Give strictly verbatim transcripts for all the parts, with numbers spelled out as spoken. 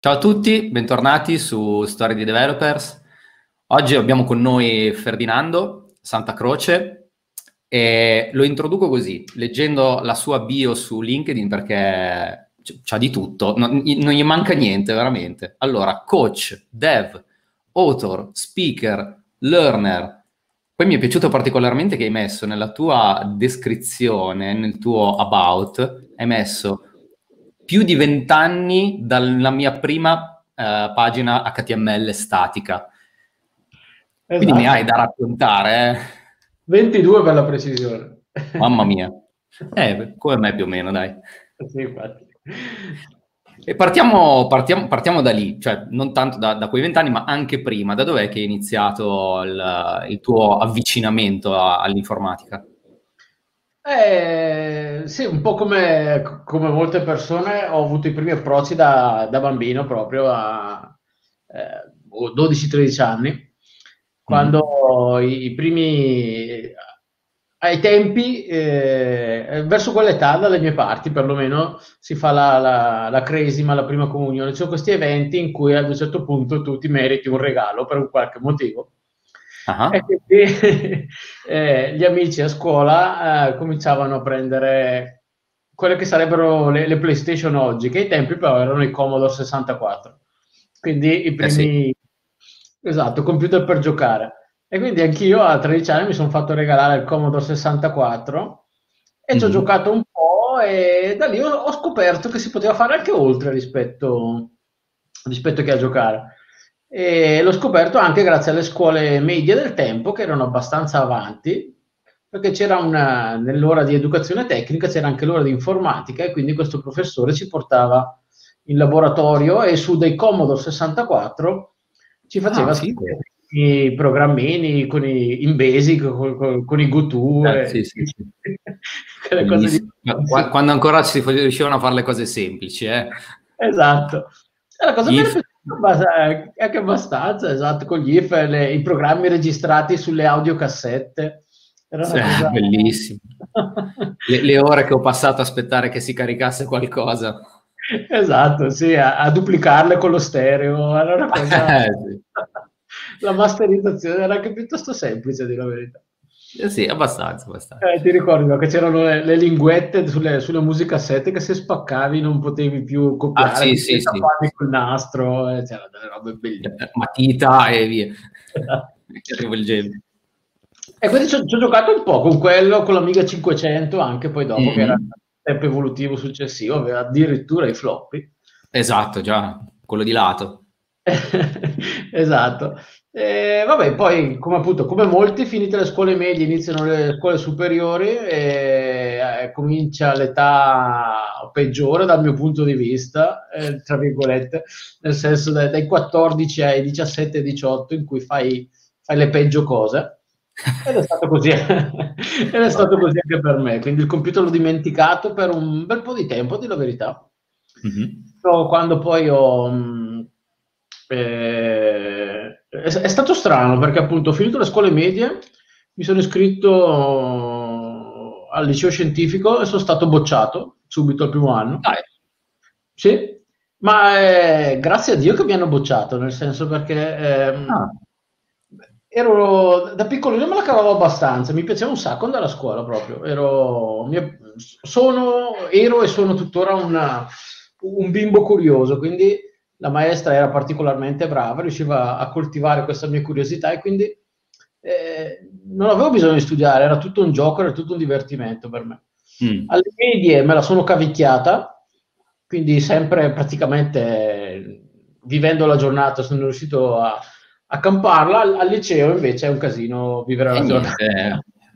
Ciao a tutti, bentornati su Storie di Developers. Oggi abbiamo con noi Ferdinando Santa Croce e lo introduco così, leggendo la sua bio su LinkedIn perché c- c'ha di tutto, non, non gli manca niente veramente. Allora, coach, dev, author, speaker, learner. Poi mi è piaciuto particolarmente che hai messo nella tua descrizione, nel tuo about, hai messo più di vent'anni dalla mia prima eh, pagina H T M L statica. Quindi ne hai Esatto, da raccontare, eh? ventidue per la precisione. Mamma mia. Eh, come me più o meno, dai. Sì, infatti. E partiamo, partiamo, partiamo da lì, cioè non tanto da, da quei vent'anni, ma anche prima. Da dov'è che è iniziato il, il tuo avvicinamento a- all'informatica? Eh, sì, un po' come, come molte persone ho avuto i primi approcci da, da bambino proprio a eh, dodici tredici anni, Mhm. quando i, i primi, ai tempi, eh, verso quell'età, dalle mie parti perlomeno, si fa la, la, la cresima, la prima comunione. Ci sono questi eventi in cui ad un certo punto tu ti meriti un regalo per un qualche motivo. E Ah, quindi eh, gli amici a scuola eh, cominciavano a prendere quelle che sarebbero le, le PlayStation oggi, che ai tempi però erano i Commodore sessantaquattro. Quindi i eh sì. primi, esatto, computer per giocare. E quindi anch'io a tredici anni mi sono fatto regalare il Commodore sessantaquattro e ci ho Mhm. giocato un po' e da lì ho, ho scoperto che si poteva fare anche oltre rispetto, rispetto che a giocare. E l'ho scoperto anche grazie alle scuole medie del tempo che erano abbastanza avanti, perché c'era una, nell'ora di educazione tecnica c'era anche l'ora di informatica e quindi questo professore ci portava in laboratorio e su dei Commodore sessantaquattro ci Ah, faceva figo. scrivere i programmini con i, in Basic, con, con- con i GoTo, Eh, sì, e, sì, sì. quelle cose Bellissimo. Qua- lì. Quando ancora si fa- riuscivano a fare le cose semplici, eh? Esatto. E la cosa mi era If. piaciuta abbas- anche abbastanza, esatto, con gli I F, le- i programmi registrati sulle audiocassette. Era Sì, una cosa... bellissimo. Le, le ore che ho passato a aspettare che si caricasse qualcosa. Esatto, sì, a, a duplicarle con lo stereo, era una cosa... Eh, sì. La masterizzazione era anche piuttosto semplice, a dire la verità. Eh, sì, abbastanza, abbastanza. Eh, ti ricordi no, che c'erano le, le linguette sulle, sulle musicassette che se spaccavi non potevi più Ah, copiare, sì, quindi le sì, sì. tappavi col nastro, eh, c'erano delle robe bellissime. Matita e via. Rivolgendo. E quindi ci ho, ci ho giocato un po' con quello, con l'Amiga cinquecento, anche poi dopo che era Mhm. il step evolutivo successivo, aveva addirittura i floppy. Esatto, già, quello di lato. Esatto. E vabbè, poi come appunto, come molti, finite le scuole medie, iniziano le scuole superiori e eh, comincia l'età peggiore dal mio punto di vista, eh, tra virgolette, nel senso dai, dai quattordici ai diciassette diciotto in cui fai, fai le peggio cose. Ed è stato così, ed è stato Vabbè. così anche per me. Quindi il computer l'ho dimenticato per un bel po' di tempo, a dire la verità. Mhm. No, quando poi ho... mh, eh, è, è stato strano perché appunto ho finito le scuole medie, mi sono iscritto al liceo scientifico e sono stato bocciato subito al primo anno. Dai. Sì, ma eh, grazie a Dio che mi hanno bocciato, nel senso perché ehm, Ah, ero da piccolino me la cavavo abbastanza, mi piaceva un sacco andare a scuola proprio. Ero, mi- sono, ero e sono tuttora una- un bimbo curioso, quindi la maestra era particolarmente brava, riusciva a coltivare questa mia curiosità e quindi eh, non avevo bisogno di studiare, era tutto un gioco, era tutto un divertimento per me. mm. Alle medie me la sono cavicchiata, quindi sempre praticamente eh, vivendo la giornata sono riuscito a, a camparla. Al, al liceo invece è un casino vivere E la giornata. niente, eh.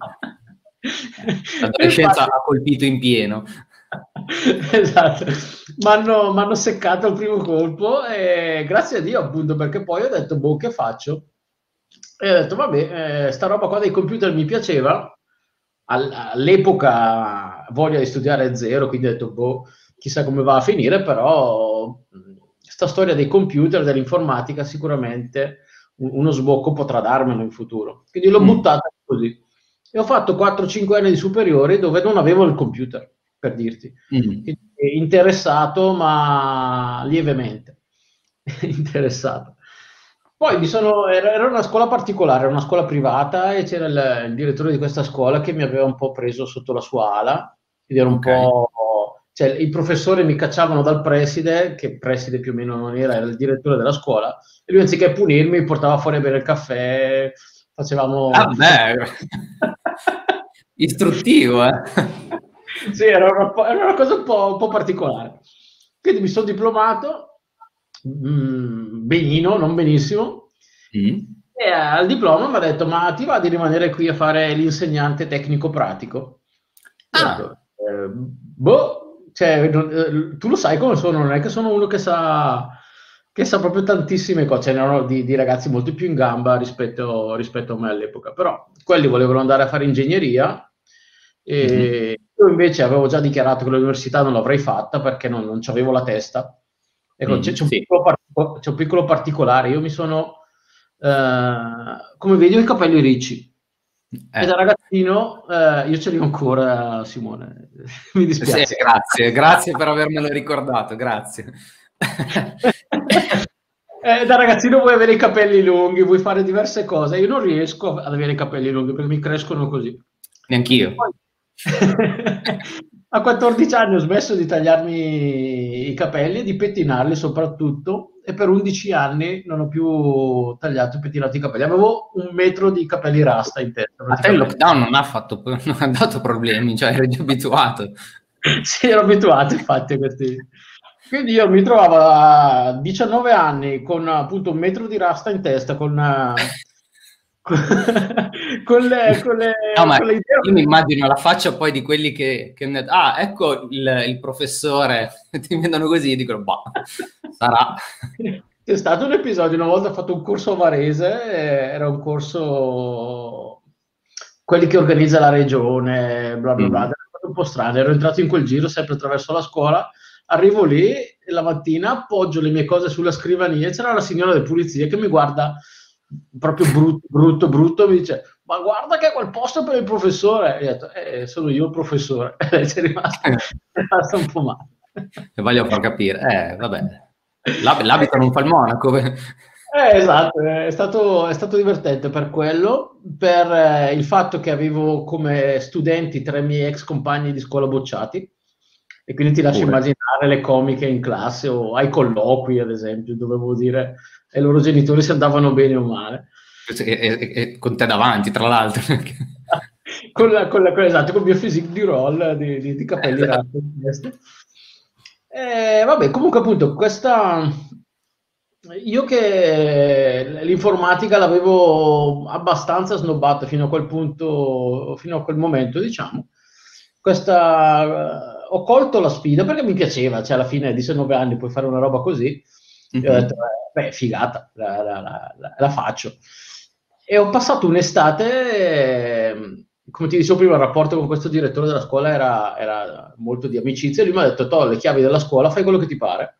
E L'adolescenza infatti, ha colpito in pieno. esatto, m'hanno m'hanno seccato al primo colpo e grazie a Dio appunto perché poi ho detto boh che faccio? E ho detto vabbè, eh, sta roba qua dei computer mi piaceva, All- all'epoca voglia di studiare a zero, quindi ho detto boh, chissà come va a finire, però mh, sta storia dei computer, dell'informatica sicuramente un- uno sbocco potrà darmelo in futuro. Quindi l'ho Mm. buttata così. E ho fatto quattro cinque anni di superiori dove non avevo il computer, per dirti. Mm. Quindi, interessato, ma lievemente. interessato. Poi mi sono, era, era una scuola particolare, era una scuola privata e c'era il, il direttore di questa scuola che mi aveva un po' preso sotto la sua ala, ed era un Ok. po', cioè i professori mi cacciavano dal preside, che preside più o meno non era, era il direttore della scuola, e lui anziché punirmi portava fuori a bere il caffè, Ah, facevamo... beh, istruttivo, eh. Sì, era una, po- era una cosa un po', un po' particolare. Quindi mi sono diplomato, mm, benino, non benissimo, Mm. e al diploma mi ha detto, ma ti va di rimanere qui a fare l'insegnante tecnico-pratico? Io ho detto, Ah, eh, boh, cioè, non- eh, tu lo sai come sono, non è che sono uno che sa, che sa proprio tantissime cose, ce n'erano di, di ragazzi molto più in gamba rispetto, rispetto a me all'epoca, però quelli volevano andare a fare ingegneria mhm. e io invece avevo già dichiarato che l'università non l'avrei fatta perché non, non c'avevo la testa. Ecco, c'è, Mhm, c'è un sì. piccolo, par- c'è un piccolo particolare, io mi sono, eh, come vedi, ho i capelli ricci. E da Eh, ragazzino, eh, io ce li ho ancora, Simone, mi sì, dispiace. grazie, grazie per avermelo ricordato, grazie. Eh, da ragazzino vuoi avere i capelli lunghi, vuoi fare diverse cose. Io non riesco ad avere i capelli lunghi perché mi crescono così. Neanch'io. Poi, a quattordici anni ho smesso di tagliarmi i capelli e di pettinarli soprattutto, e per undici anni non ho più tagliato e pettinato i capelli. Avevo un metro di capelli rasta in testa A te il praticamente. lockdown non ha fatto, non ha dato problemi, cioè eri già abituato. Sì, ero abituato infatti a questi. Quindi io mi trovavo a diciannove anni con appunto un metro di rasta in testa, con, eh, con, con le, con le, No, ma con le idee. io mi immagino la faccia poi di quelli che, che mi detto, ah, ecco il, il professore, ti vedono così e dicono, bah, sarà. C'è stato un episodio, una volta ho fatto un corso a Varese, eh, era un corso, quelli che organizza la regione, bla bla bla, Mm. era stato un po' strano, ero entrato in quel giro sempre attraverso la scuola, arrivo lì e la mattina appoggio le mie cose sulla scrivania e c'era la signora delle pulizie che mi guarda proprio brutto, brutto, brutto, mi dice, ma guarda che è quel posto per il professore. E io ho detto, eh, sono io il professore. E lei ci è rimasta, è rimasta un po' male. E voglio far capire, eh, vabbè, L'ab- l'abito non fa il monaco. Eh, esatto, è stato, è stato divertente per quello, per eh, il fatto che avevo come studenti tre miei ex compagni di scuola bocciati, e quindi ti lascio Pure. immaginare le comiche in classe o ai colloqui, ad esempio, dovevo dire ai loro genitori se andavano bene o male. E, e- e con te davanti, tra l'altro. Con, la, con, la, con, esatto, con il mio physique di roll di, di, di capelli Esatto. rasti in testa. Eh, vabbè, comunque appunto questa io che l'informatica l'avevo abbastanza snobbata fino a quel punto, fino a quel momento, diciamo. Questa, ho colto la sfida perché mi piaceva, cioè alla fine a diciannove anni puoi fare una roba così, e ho detto, Mhm. eh, beh, figata, la, la- la- la- la faccio. E ho passato un'estate, ehm, come ti dicevo prima, il rapporto con questo direttore della scuola era, era molto di amicizia, e lui mi ha detto, to, le chiavi della scuola, fai quello che ti pare.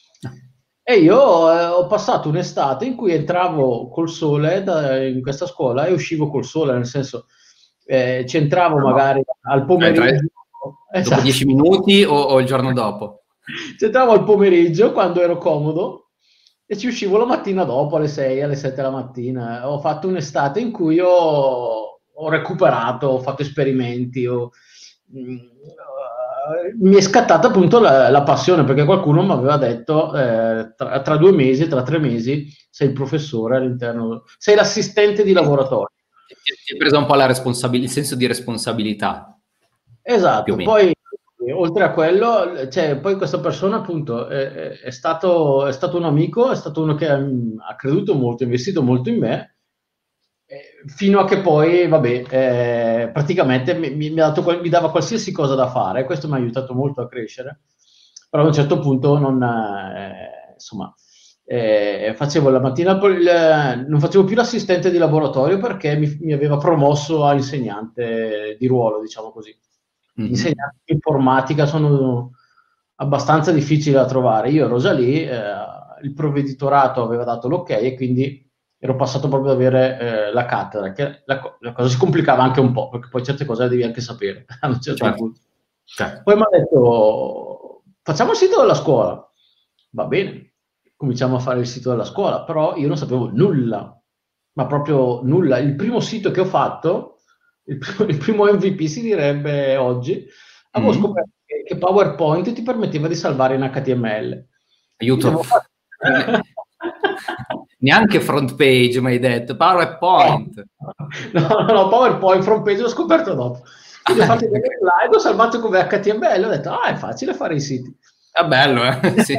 E io eh, ho passato un'estate in cui entravo col sole da- in questa scuola e uscivo col sole, nel senso eh, ci entravo Ah, no. magari al Cioè, tra- pomeriggio, dopo esatto, dieci minuti o, o il giorno dopo? ci entravo al pomeriggio quando ero comodo e ci uscivo la mattina dopo, alle sei, alle sette della mattina. Ho fatto un'estate in cui ho, ho recuperato, ho fatto esperimenti, ho- mh, eh, mi è scattata appunto la, la passione perché qualcuno mi aveva detto eh, tra, tra due mesi, tra tre mesi, sei il professore all'interno, sei l'assistente di Sì. laboratorio. Ti, ti- ti è preso un po' la responsabil- il senso di responsabilità, più o Esatto, meno. poi eh, oltre a quello, cioè, poi questa persona appunto è, è- è stato, è stato un amico, è stato uno che mm, ha creduto molto, ha investito molto in me, eh, fino a che poi, vabbè, eh, praticamente mi, mi- mi ha dato qual- mi dava qualsiasi cosa da fare, questo mi ha aiutato molto a crescere, però a un certo punto non, eh, insomma, eh, facevo la mattina, poi il- non facevo più l'assistente di laboratorio perché mi, mi aveva promosso a insegnante di ruolo, diciamo così. Gli Mhm. insegnanti di informatica sono abbastanza difficili da trovare. Io ero già lì, eh, il provveditorato aveva dato l'ok e quindi ero passato proprio ad avere eh, la cattedra, che la, co- la cosa si complicava anche un po', perché poi certe cose le devi anche sapere a un certo Certo, punto. certo. Poi mi ha detto, facciamo il sito della scuola. Va bene. cominciamo a fare il sito della scuola, però io non sapevo nulla, ma proprio nulla. Il primo sito che ho fatto, il primo, il primo M V P si direbbe oggi, avevo Mm. scoperto che, che PowerPoint ti permetteva di salvare in H T M L. Quindi Aiuto. avevo fatto... Neanche front page, mi hai detto, No, PowerPoint. no, no, PowerPoint, front page l'ho scoperto dopo. Quindi ho fatto delle slide, ho salvato come H T M L, ho detto, ah, è facile fare i siti. È bello, eh? Sì.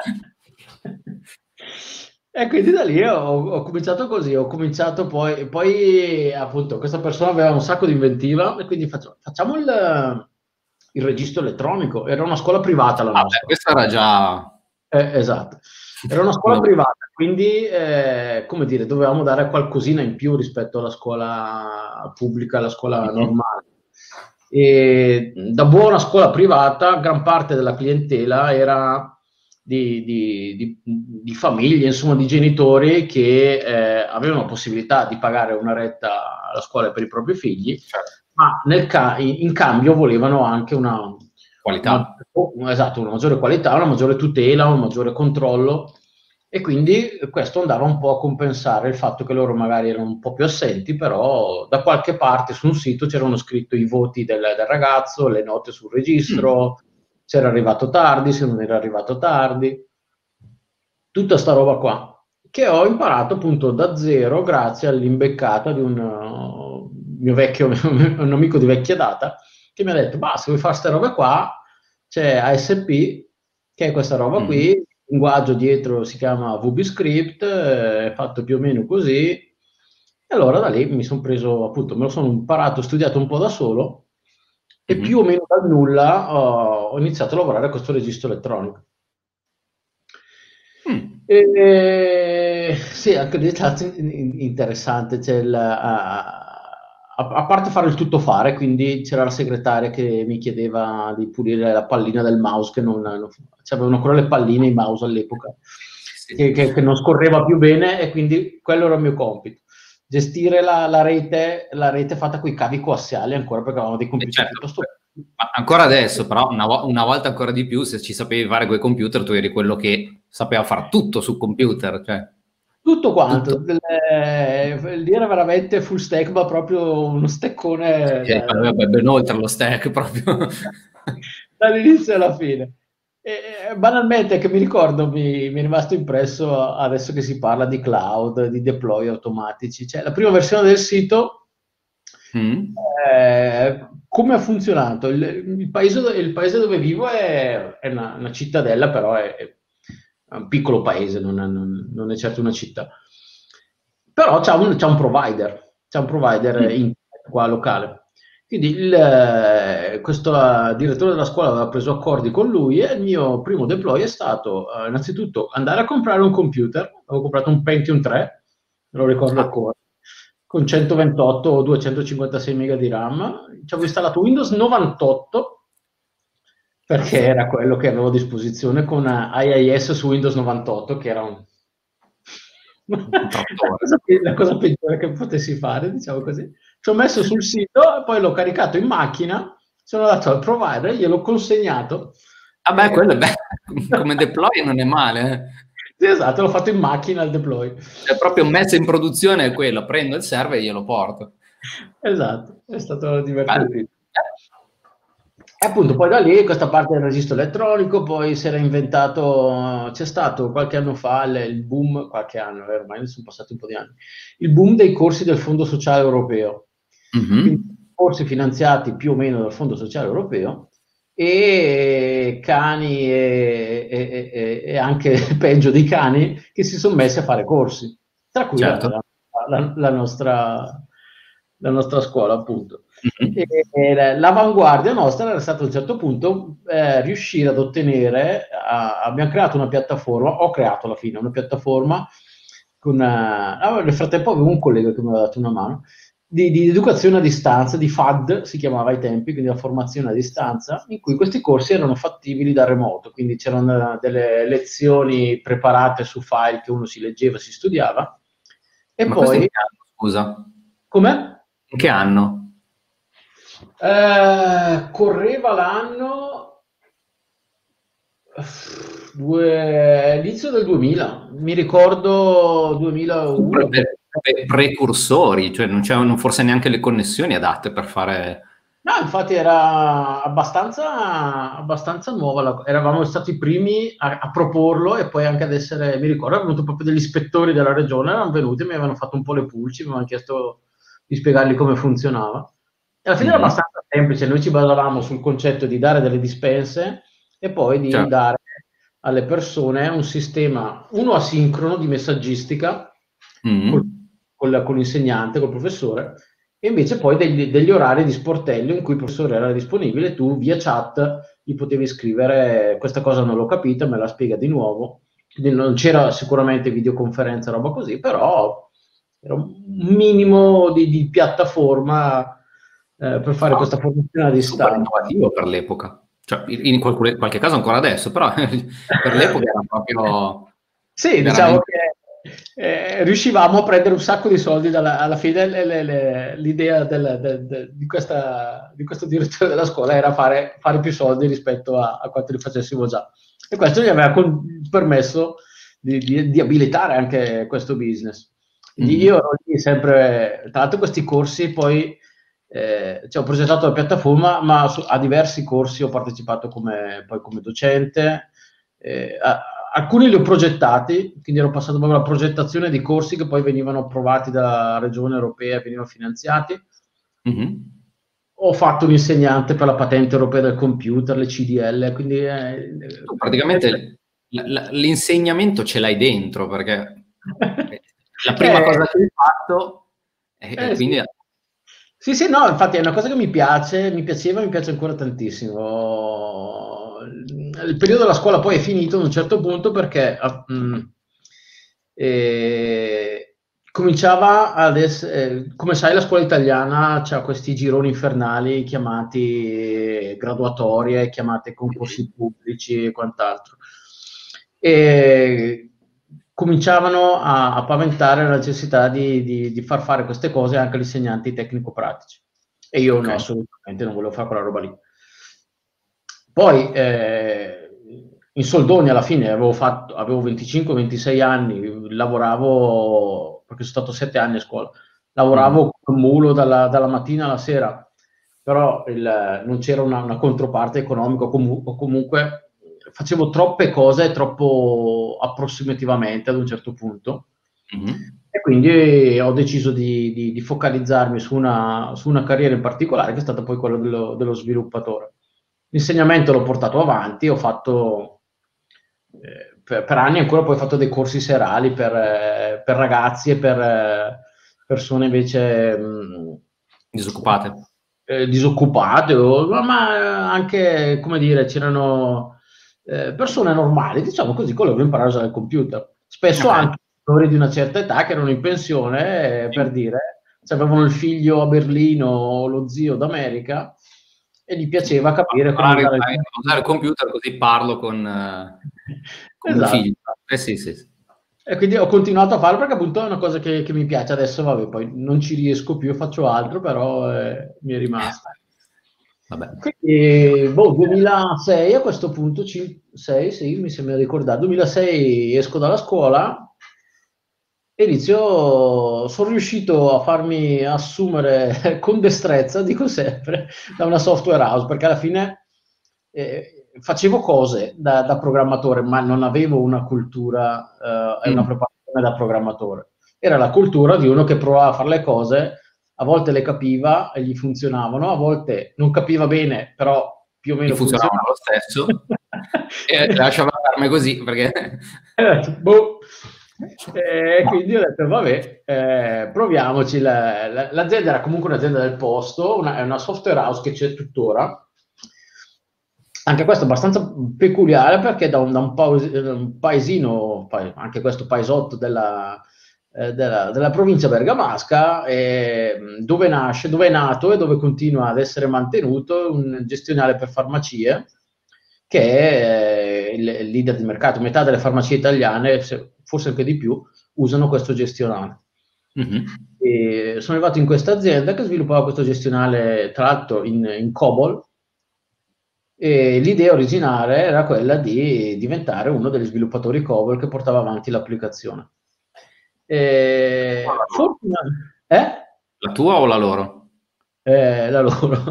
E quindi da lì ho, ho cominciato così, ho cominciato poi, poi appunto questa persona aveva un sacco di inventiva e quindi faccio- facciamo il, il registro elettronico. Era una scuola privata la Ah, beh, nostra. questo era già Eh, esatto, era una scuola una... privata, quindi eh, come dire, dovevamo dare qualcosina in più rispetto alla scuola pubblica, alla scuola Mhm. normale. E da buona scuola privata, gran parte della clientela era di, di- di- di famiglie, insomma, di genitori che eh, avevano possibilità di pagare una retta alla scuola per i propri figli, Certo. ma nel ca- in, in cambio volevano anche una, una- Qualità. esatto, una maggiore qualità, una maggiore tutela, un maggiore controllo. E quindi questo andava un po' a compensare il fatto che loro magari erano un po' più assenti, però da qualche parte su un sito c'erano scritti i voti del, del ragazzo, le note sul Mm. registro, se era arrivato tardi, se non era arrivato tardi, tutta sta roba qua, che ho imparato appunto da zero grazie all'imbeccata di un uh, mio vecchio, un amico di vecchia data, che mi ha detto, bah, se vuoi fare queste robe qua, c'è A S P, che è questa roba qui, Mhm. il linguaggio dietro si chiama VBScript, eh, è fatto più o meno così, e allora da lì mi sono preso, appunto, me lo sono imparato, studiato un po' da solo, e più o Mhm. meno dal nulla ho, ho iniziato a lavorare a questo registro elettronico. Mm. E, sì, anche lì è stato in- interessante. C'è il, a, a- a parte fare il tuttofare, quindi c'era la segretaria che mi chiedeva di pulire la pallina del mouse, che non, non c'avevano ancora le palline i mouse all'epoca, Sì, sì. che, che- che non scorreva più bene, e quindi quello era il mio compito. Gestire la, la rete, la rete fatta con i cavi coassiali ancora, perché avevamo dei E computer certo, piuttosto... ma ancora adesso, però una, vo- una volta ancora di più, se ci sapevi fare quei computer, tu eri quello che sapeva fare tutto sul computer, cioè Tutto tutto. quanto, delle- lì era veramente full stack, ma proprio uno steccone E da- poi, vabbè, ben oltre lo stack proprio. dall'inizio alla fine. E, e, banalmente, che mi ricordo, mi, mi è rimasto impresso adesso che si parla di cloud, di deploy automatici. Cioè, la prima versione del sito, Mm. eh, come ha funzionato? Il, il paese, il paese dove vivo è, è una, una cittadella, però è, è un piccolo paese, non è, non- non è certo una città. Però c'ha un, c'ha un provider, c'ha un provider Mm. internet qua locale. Quindi il, eh, questo eh, direttore della scuola aveva preso accordi con lui, e il mio primo deploy è stato eh, innanzitutto andare a comprare un computer. Avevo comprato un Pentium tre, me lo ricordo Ah, ancora, con centoventotto o duecentocinquantasei mega di RAM. Ci avevo installato Windows novantotto, perché mazza. era quello che avevo a disposizione, con eh, I I S su Windows novantotto, che era un... Un la trattore. cosa, pe- la cosa peggiore che potessi fare, diciamo così. Ci ho messo sul sito e poi l'ho caricato in macchina, sono andato al provider, gliel'ho consegnato. Vabbè, E... quello è bello. Come deploy non è male, eh. Sì, esatto, l'ho fatto in macchina al deploy. Cioè, proprio messo in produzione è quello, prendo il server e glielo porto. Esatto, è stato Bello. divertentissimo. E appunto, poi da lì questa parte del registro elettronico, poi si era inventato, c'è stato qualche anno fa il, il boom, qualche anno, eh, ormai ne sono passati un po' di anni, il boom dei corsi del Fondo Sociale Europeo, quindi Mhm. corsi finanziati più o meno dal Fondo Sociale Europeo, e cani e, e- e- e anche peggio dei cani che si sono messi a fare corsi, tra cui la, Certo. la- la- la nostra, la nostra scuola, appunto. E, Mhm. e la- l'avanguardia nostra era stata a un certo punto eh, riuscire ad ottenere, a- abbiamo creato una piattaforma, ho creato alla fine una piattaforma con, eh, ah, nel frattempo avevo un collega che mi aveva dato una mano, di, di educazione a distanza, di F A D si chiamava ai tempi, quindi la formazione a distanza, in cui questi corsi erano fattibili da remoto, quindi c'erano delle lezioni preparate su file che uno si leggeva, si studiava, e Ma questo in poi, che anno, scusa? come? In che anno? Eh, correva l'anno Due, inizio del duemila, mi ricordo duemilauno. Pre- pre- precursori, cioè non c'erano forse neanche le connessioni adatte per fare... No, infatti era abbastanza, abbastanza nuova, la- eravamo stati i primi a, a proporlo e poi anche ad essere, mi ricordo, è venuto proprio degli ispettori della regione, erano venuti, mi avevano fatto un po' le pulci, mi avevano chiesto di spiegargli come funzionava. E alla fine era Mhm. abbastanza semplice, noi ci basavamo sul concetto di dare delle dispense e poi di Certo. dare alle persone un sistema, uno asincrono di messaggistica col- Mhm. col- con l'insegnante, col professore, e invece poi degli, degli orari di sportello in cui il professore era disponibile e tu via chat gli potevi scrivere questa cosa non l'ho capita, me la spiega di nuovo. Quindi non c'era sicuramente videoconferenza, roba così, però era un minimo di, di piattaforma eh, per fare Ah, questa formazione a super distanza. innovativo per l'epoca. Cioè, in in qualche, qualche caso ancora adesso, però per l'epoca era proprio Sì, diciamo veramente... che eh, riuscivamo a prendere un sacco di soldi dalla, alla fine le- le- le- l'idea del- del- del- di, questa, di questo direttore della scuola era fare, fare più soldi rispetto a, a quanto li facessimo già. E questo gli aveva con- permesso di, di- di abilitare anche questo business. Quindi io Mhm. ero lì sempre, tra l'altro questi corsi poi eh, cioè, ho progettato la piattaforma, ma su- a diversi corsi ho partecipato come, poi come docente. Eh, a- alcuni li ho progettati, quindi ero passato proprio alla progettazione di corsi che poi venivano approvati dalla regione europea e venivano finanziati. Mhm. Ho fatto un insegnante per la patente europea del computer, le C D L, quindi eh, Tu eh, praticamente l- l- l'insegnamento ce l'hai dentro, perché è la prima eh, cosa che hai fatto, e e eh, sì. quindi... Sì, sì, no, infatti è una cosa che mi piace, mi piaceva e mi piace ancora tantissimo. Il periodo della scuola poi è finito ad un certo punto perché ah, mh, eh, cominciava ad essere, come sai, la scuola italiana c'ha questi gironi infernali chiamati graduatorie, chiamate concorsi pubblici e quant'altro. E cominciavano a, a paventare la necessità di, di- di far fare queste cose anche agli insegnanti tecnico-pratici. E io Ok. no, assolutamente non volevo fare quella roba lì. Poi eh, in soldoni alla fine avevo fatto, avevo venticinque ventisei anni, lavoravo, perché sono stato sette anni a scuola, lavoravo Mhm. con un mulo dalla, dalla mattina alla sera, però il- non c'era una, una controparte economica, o, comu- o comunque facevo troppe cose troppo approssimativamente ad un certo punto. Mhm. E quindi ho deciso di, di- di focalizzarmi su una, su una carriera in particolare, che è stata poi quella dello, dello sviluppatore. L'insegnamento l'ho portato avanti, ho fatto eh, per, per anni ancora poi ho fatto dei corsi serali per, eh, per ragazzi e per eh, persone invece mh, Disoccupate. eh, disoccupate, o, ma anche, come dire, c'erano eh, persone normali, diciamo così, con le che imparare a usare il computer. Spesso Ok. anche signori di una certa età che erano in pensione, eh, per Sì. dire, cioè avevano il figlio a Berlino o lo zio d'America e gli Sì. piaceva capire come Imparare usare il a usare il computer. computer così parlo con, eh, con mio Esatto. figlio. Eh sì, sì, sì. E quindi ho continuato a farlo perché appunto è una cosa che, che mi piace. Adesso, vabbè, poi non ci riesco più, faccio altro, però eh, mi è Eh, rimasto. vabbè. Quindi, boh, duemilasei a questo punto, sei, sì, mi sembra di ricordare, duemilasei esco dalla scuola e inizio, sono riuscito a farmi assumere con destrezza, dico sempre, da una software house, perché alla fine eh, facevo cose da, da programmatore, ma non avevo una cultura eh, e una Mm. preparazione da programmatore. Era la cultura di uno che provava a fare le cose, a volte le capiva e gli funzionavano, a volte non capiva bene, però più o Ti meno funzionavano funzionava. lo stesso. E lasciamo farmi così, perché... Eh, boh. E quindi ho detto, vabbè, eh, proviamoci. La- la- l'azienda era comunque un'azienda del posto, una- è una software house che c'è tuttora. Anche questo è abbastanza peculiare perché da un, da un paesi- un paesino, pa- anche questo paesotto della, eh, della, della provincia bergamasca, eh, dove nasce, dove è nato e dove continua ad essere mantenuto un gestionale per farmacie, che è eh, il, il leader di mercato. Metà delle farmacie italiane, se- forse anche di più, usano questo gestionale. Mhm. E sono arrivato in questa azienda che sviluppava questo gestionale, tra l'altro in, in COBOL, E l'idea originale era quella di diventare uno degli sviluppatori COBOL che portava avanti l'applicazione. E fortuna, eh? La tua o la loro? Eh, la loro.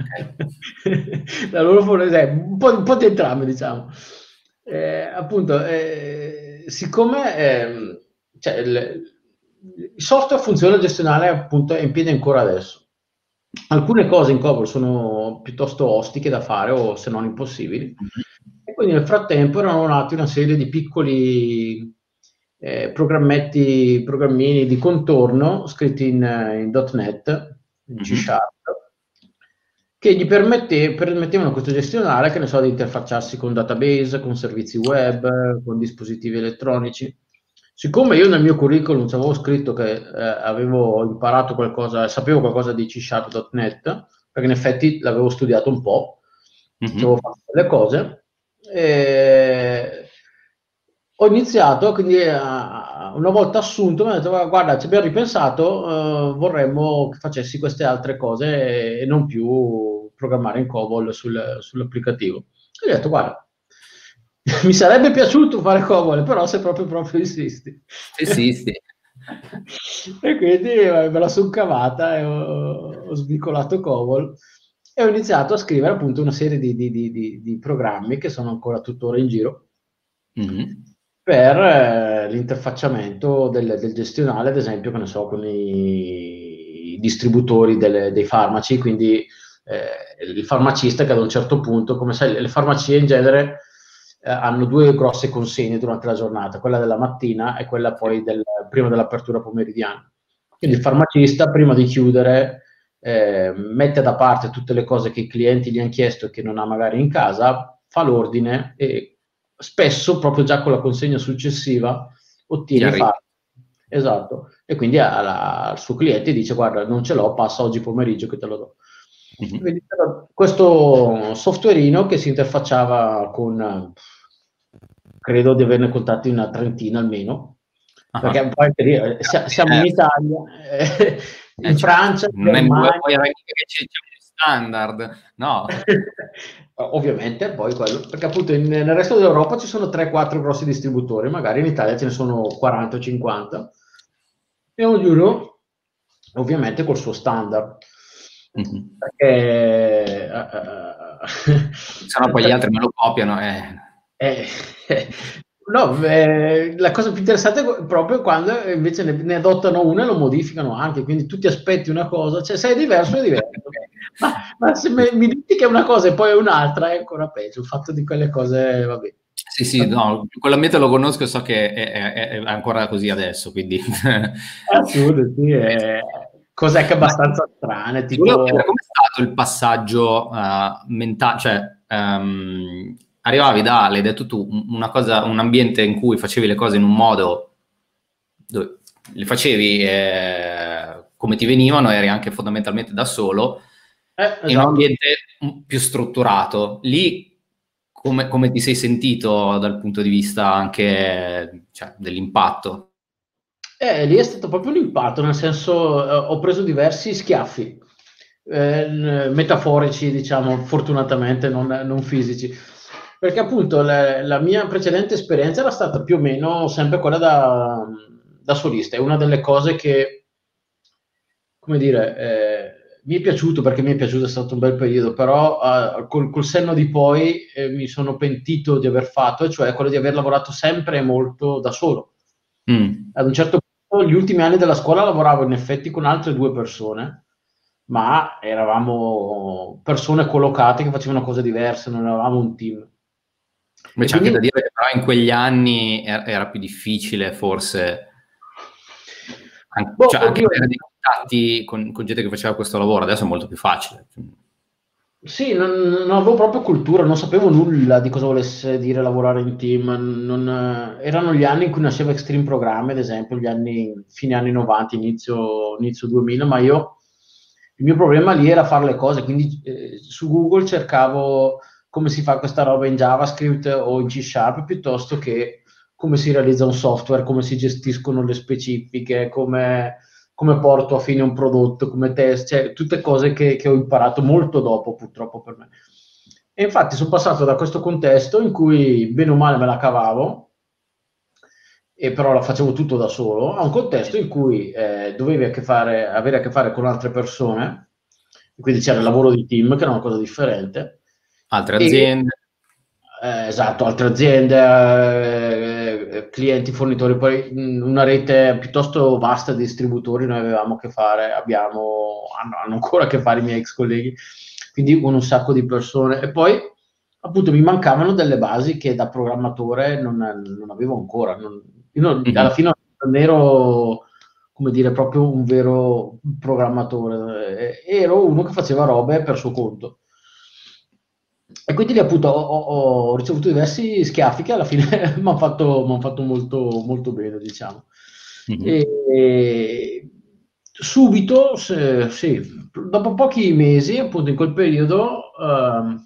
La loro forse, eh, un po', un po' di entrambi, diciamo. Eh, appunto, eh, siccome ehm, cioè, il, il software funzione gestionale appunto è in piedi ancora adesso. Alcune cose in COBOL sono piuttosto ostiche da fare o se non impossibili. E quindi nel frattempo erano nati una serie di piccoli eh, programmetti, programmini di contorno scritti in, in .NET, in C Mhm. Sharp, che gli permette- permettevano a questo gestionale, che ne so, di interfacciarsi con database, con servizi web, con dispositivi elettronici. Siccome io nel mio curriculum ci avevo scritto che eh, avevo imparato qualcosa, sapevo qualcosa di C Sharp punto net, perché in effetti l'avevo studiato un po', ci avevo Mhm. fatto delle cose, e ho iniziato, quindi eh, una volta assunto mi ha detto guarda ci abbiamo ripensato, eh, vorremmo che facessi queste altre cose e, e non più programmare in COBOL sul- sull'applicativo. E ho detto guarda, mi sarebbe piaciuto fare COBOL, però se proprio proprio insisti. Sì, sì, sì. E quindi eh, me la sono cavata e ho, ho svincolato COBOL e ho iniziato a scrivere appunto una serie di, di- di- di- di programmi che sono ancora tuttora in giro Mhm. per eh, l'interfacciamento del, del gestionale, ad esempio, che ne so, con i, i distributori delle- dei farmaci, quindi eh, il farmacista che ad un certo punto, come sai, le farmacie in genere eh, hanno due grosse consegne durante la giornata, quella della mattina e quella Sì, poi del, prima dell'apertura pomeridiana. Quindi il sì. farmacista, prima di chiudere, eh, mette da parte tutte le cose che i clienti gli hanno chiesto e che non ha magari in casa, fa l'ordine e spesso, proprio già con la consegna successiva, Gli ottiene i arriva. fatti. Esatto. E quindi alla- al suo cliente dice: Guarda, non ce l'ho, passa oggi pomeriggio che te lo do. Mhm. Quindi, questo softwareino che si interfacciava con, credo di averne contatti una trentina almeno, perché Ah. poi anche lì, eh, sia- siamo in Diverso. Italia, eh, Eh, in certo. Francia, in Non è vuoi Germania. vuoi che c'è c'è uno standard, no? Ovviamente, poi quello, perché appunto in- nel resto dell'Europa ci sono tre quattro grossi distributori, magari in Italia ce ne sono quaranta o cinquanta, e ognuno ovviamente col suo standard. Mhm. Perché, eh, eh, Se no poi gli altri me lo copiano. Eh. eh, eh, no, eh, la cosa più interessante è proprio quando invece ne, ne adottano una e lo modificano anche, quindi tu ti aspetti una cosa, cioè se è diverso è diverso. Ma, ma se me- mi dici che è una cosa e poi è un'altra, è ancora peggio. Il fatto di quelle cose, vabbè. Sì, sì, no, quell'ambiente lo conosco e so che è, è- è ancora così adesso, quindi... È assurdo, sì. È... Cos'è che è Ma abbastanza strane, ti volevo chiedere, tipo... com'è stato il passaggio mentale? Cioè, ehm, arrivavi da, l'hai detto tu, un- una cosa, un ambiente in cui facevi le cose in un modo, dove le facevi eh, come ti venivano, eri anche fondamentalmente da solo, Eh, in un esatto. ambiente mm, più strutturato. Lì come, come ti sei sentito dal punto di vista anche, cioè, dell'impatto? Eh, lì è stato proprio un impatto, nel senso, eh, ho preso diversi schiaffi, eh, n- metaforici, diciamo, fortunatamente, non, non fisici. Perché appunto la, la mia precedente esperienza era stata più o meno sempre quella da, da solista. È una delle cose che, come dire, eh, mi è piaciuto perché mi è piaciuto, è stato un bel periodo, però eh, col, col senno di poi eh, mi sono pentito di aver fatto, e cioè quello di aver lavorato sempre molto da solo. Mm. Ad un certo punto, gli ultimi anni della scuola lavoravo in effetti con altre due persone, ma eravamo persone collocate che facevano cose diverse, non eravamo un team. Beh, E c'è anche quindi da dire che però in quegli anni era, era più difficile forse, an- boh, cioè anche oddio, avere dei contatti con, con gente che faceva questo lavoro, adesso è molto più facile. sì, non, non avevo proprio cultura, non sapevo nulla di cosa volesse dire lavorare in team. Non, eh, erano gli anni in cui nasceva Extreme Programmi, ad esempio, gli anni, fine anni novanta, inizio, inizio duemila, ma io il mio problema lì era fare le cose, quindi eh, su Google cercavo come si fa questa roba in JavaScript o in C Sharp, piuttosto che come si realizza un software, come si gestiscono le specifiche, come come porto a fine un prodotto, come test, cioè tutte cose che, che ho imparato molto dopo, purtroppo per me. E infatti sono passato da questo contesto in cui bene o male me la cavavo, e però la facevo tutto da solo, a un contesto in cui eh, dovevi a che fare, avere a che fare con altre persone, quindi c'era il lavoro di team, che era una cosa differente. Altre E, aziende. eh, esatto, altre aziende, eh, eh, clienti, fornitori, poi mh, una rete piuttosto vasta di distributori noi avevamo a che fare, abbiamo, hanno, hanno ancora a che fare i miei ex colleghi, quindi con un sacco di persone. E poi appunto mi mancavano delle basi che da programmatore non, non avevo ancora. Non, io non, Mhm. alla fine non ero, come dire, proprio un vero programmatore, eh, ero uno che faceva robe per suo conto. E quindi lì appunto ho, ho- ho ricevuto diversi schiaffi che alla fine mi hanno fatto, m'han fatto molto, molto bene, diciamo. Mhm. E, e subito, se- sì, dopo pochi mesi, appunto in quel periodo, ehm,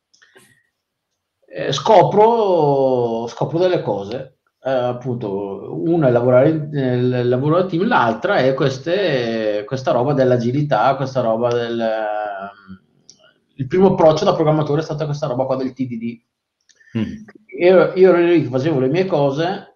eh, scopro, scopro delle cose. Eh, appunto, una è lavorare nel lavoro a team, l'altra è queste, questa roba dell'agilità, questa roba del... ehm, il primo approccio da programmatore è stata questa roba qua del T D D. Mhm. Io, io ero lì che facevo le mie cose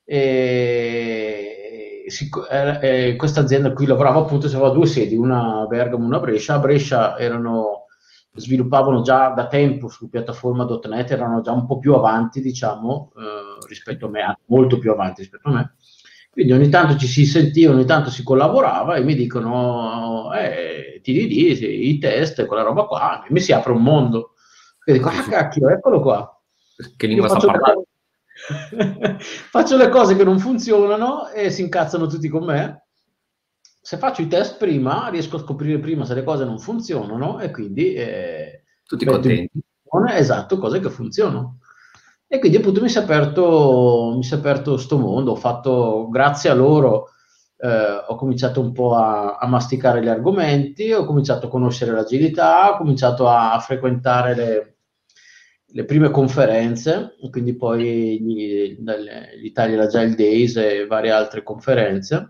e, sic- eh, eh, questa azienda a cui lavoravo appunto aveva due sedi, una a Bergamo, una a Brescia. A Brescia erano, sviluppavano già da tempo su piattaforma punto net, erano già un po' più avanti, diciamo, eh, rispetto a me, anzi, molto più avanti rispetto a me. Quindi ogni tanto ci si sentiva, ogni tanto si collaborava e mi dicono, eh, T D D, sì, i test, quella roba qua, e mi si apre un mondo. E dico, Sì, ah sì. cacchio, eccolo qua. Che Io lingua sta faccio le parlando? cose, faccio le cose che non funzionano e si incazzano tutti con me. Se faccio i test prima, riesco a scoprire prima se le cose non funzionano e quindi eh, Tutti metto in contenti. funzione, esatto, cose che funzionano. E quindi appunto mi si è aperto, mi si è aperto sto mondo. Ho fatto, grazie a loro, eh, ho cominciato un po' a, a masticare gli argomenti, ho cominciato a conoscere l'agilità, ho cominciato a, a frequentare le, le prime conferenze, quindi poi gli, dalle- l'Italia Agile Days e varie altre conferenze,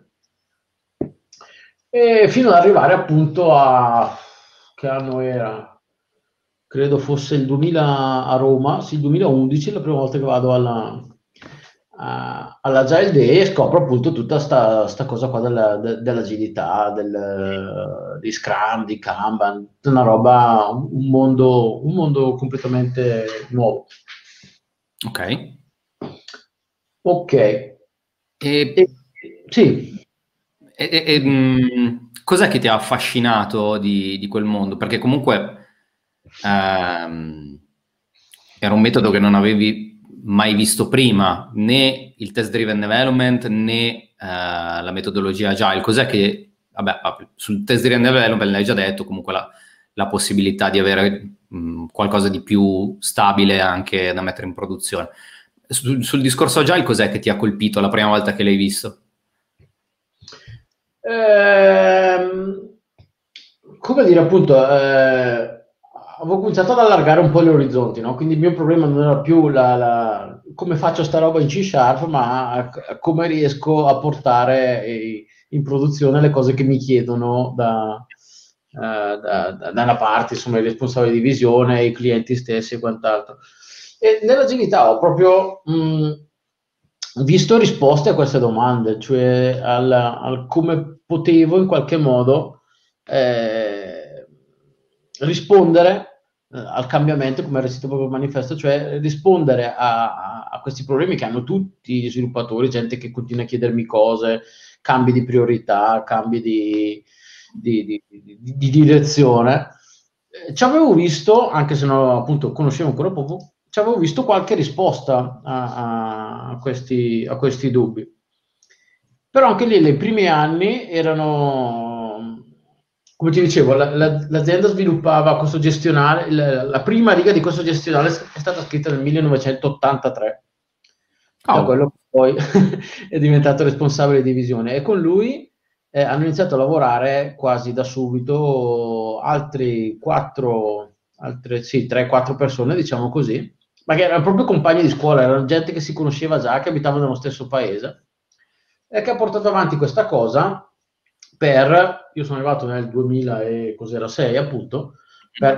e fino ad arrivare appunto a che anno era? Credo fosse il duemila a Roma, sì, il duemilaundici, la prima volta che vado alla, a- all'Agile Day e scopro appunto tutta sta, sta cosa qua della- de- dell'agilità, del, di Scrum, di Kanban, una roba, un mondo, un mondo completamente nuovo. Ok. Ok. E, E- sì. e- e- e, mh, cos'è che ti ha affascinato di, di quel mondo? Perché comunque ehm, era un metodo che non avevi mai visto prima, né il test driven development né eh, la metodologia agile. Cos'è che, vabbè, sul test driven development l'hai già detto, comunque la, la possibilità di avere mh, qualcosa di più stabile anche da mettere in produzione. Sul, sul discorso agile, cos'è che ti ha colpito la prima volta che l'hai visto? Ehm, come dire, appunto, eh, avevo cominciato ad allargare un po' gli orizzonti, no? Quindi il mio problema non era più la, la- come faccio sta roba in C Sharp, ma a- a come riesco a portare eh, in produzione le cose che mi chiedono da, eh, da, da- da una parte, insomma, i responsabili di visione, i clienti stessi e quant'altro. E nell'agilità ho proprio mh, visto risposte a queste domande, cioè al, al come potevo in qualche modo eh, rispondere eh, al cambiamento, come era scritto proprio il manifesto, cioè rispondere a, a- a questi problemi che hanno tutti gli sviluppatori, gente che continua a chiedermi cose, cambi di priorità, cambi di, di- di- di- di direzione. Eh, ci avevo visto, anche se non appunto conoscevo ancora poco, ci avevo visto qualche risposta a, a questi, a questi dubbi. Però anche lì, nei primi anni erano, come ti dicevo, la- la- l'azienda sviluppava questo gestionale, la, la prima riga di questo gestionale è stata scritta nel millenovecentottantatré, da Cavolo. quello che poi è diventato responsabile di visione. E con lui eh, hanno iniziato a lavorare quasi da subito altri quattro, altre, sì, tre quattro persone, diciamo così, ma che erano proprio compagni di scuola, erano gente che si conosceva già, che abitava nello stesso paese, e che ha portato avanti questa cosa per, io sono arrivato nel duemila e cos'era sei appunto, per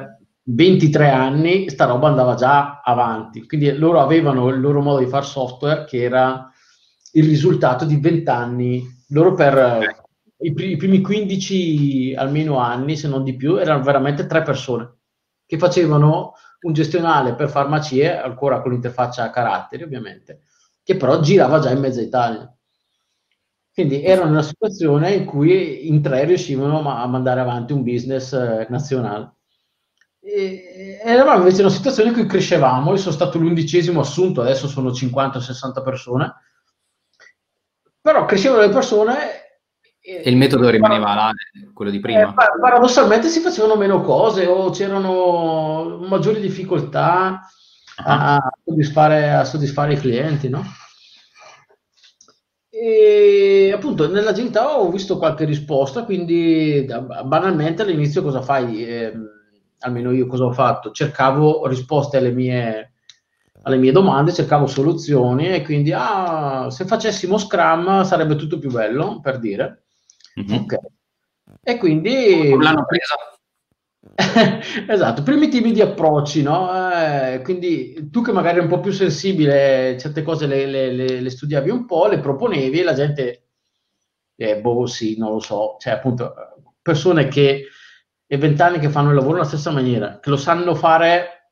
ventitré anni sta roba andava già avanti, quindi loro avevano il loro modo di fare software che era il risultato di venti anni. Loro per i, pr- i primi quindici almeno anni, se non di più, erano veramente tre persone che facevano un gestionale per farmacie, ancora con l'interfaccia a caratteri ovviamente, che però girava già in mezza Italia. Quindi erano in una situazione in cui in tre riuscivano ma- a mandare avanti un business eh, nazionale. E eravamo invece in una situazione in cui crescevamo, io sono stato l'undicesimo assunto, adesso sono cinquanta sessanta persone, però crescevano le persone E il e, metodo e rimaneva là, quello di eh, prima? par- paradossalmente si facevano meno cose o c'erano maggiori difficoltà Ah. a, a soddisfare, a soddisfare i clienti, no? E appunto nell'agilità ho visto qualche risposta, quindi da- banalmente all'inizio cosa fai? Ehm, almeno io cosa ho fatto? Cercavo risposte alle mie, alle mie domande, cercavo soluzioni e quindi ah, se facessimo Scrum sarebbe tutto più bello, per dire. Ok. Mhm. E Come quindi l'hanno presa? esatto, primitivi di approcci, no? Eh, quindi tu che magari eri un po' più sensibile, certe cose le, le- le- le studiavi un po', le proponevi e la gente, eh, boh, sì, non lo so, cioè appunto persone che è vent'anni che fanno il lavoro alla stessa maniera, che lo sanno fare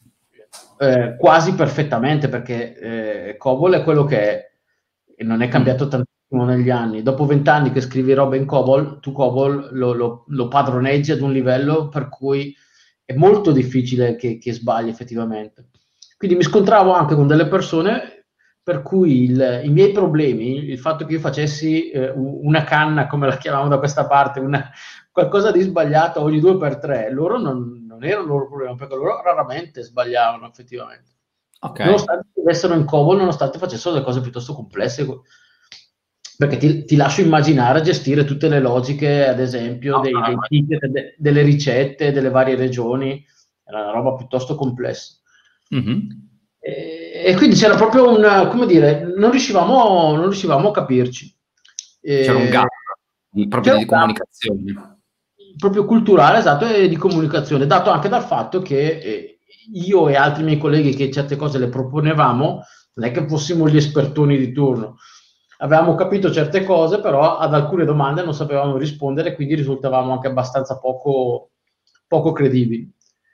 eh, quasi perfettamente, perché eh, COBOL è quello che è, e non è Mm. cambiato tantissimo negli anni. Dopo vent'anni che scrivi roba in COBOL, tu COBOL lo, lo, lo padroneggi ad un livello per cui è molto difficile che, che sbagli effettivamente. Quindi mi scontravo anche con delle persone per cui il, i miei problemi, il fatto che io facessi eh, una canna, come la chiamavamo da questa parte, una, qualcosa di sbagliato ogni due per tre, loro non, non era il loro problema, perché loro raramente sbagliavano effettivamente. Ok. Nonostante avessero in COBOL, nonostante facessero delle cose piuttosto complesse, perché ti, ti lascio immaginare gestire tutte le logiche, ad esempio, No, dei, no, dei ticket, de- delle ricette, delle varie regioni, era una roba piuttosto complessa. mhm. E, e quindi c'era proprio un, come dire, non riuscivamo, non riuscivamo a capirci. C'era un E, gap di- proprio c'era un di gap comunicazione. proprio culturale, esatto, e di comunicazione, dato anche dal fatto che eh, io e altri miei colleghi che certe cose le proponevamo, non è che fossimo gli espertoni di turno. Avevamo capito certe cose, però ad alcune domande non sapevamo rispondere, quindi risultavamo anche abbastanza poco, poco credibili.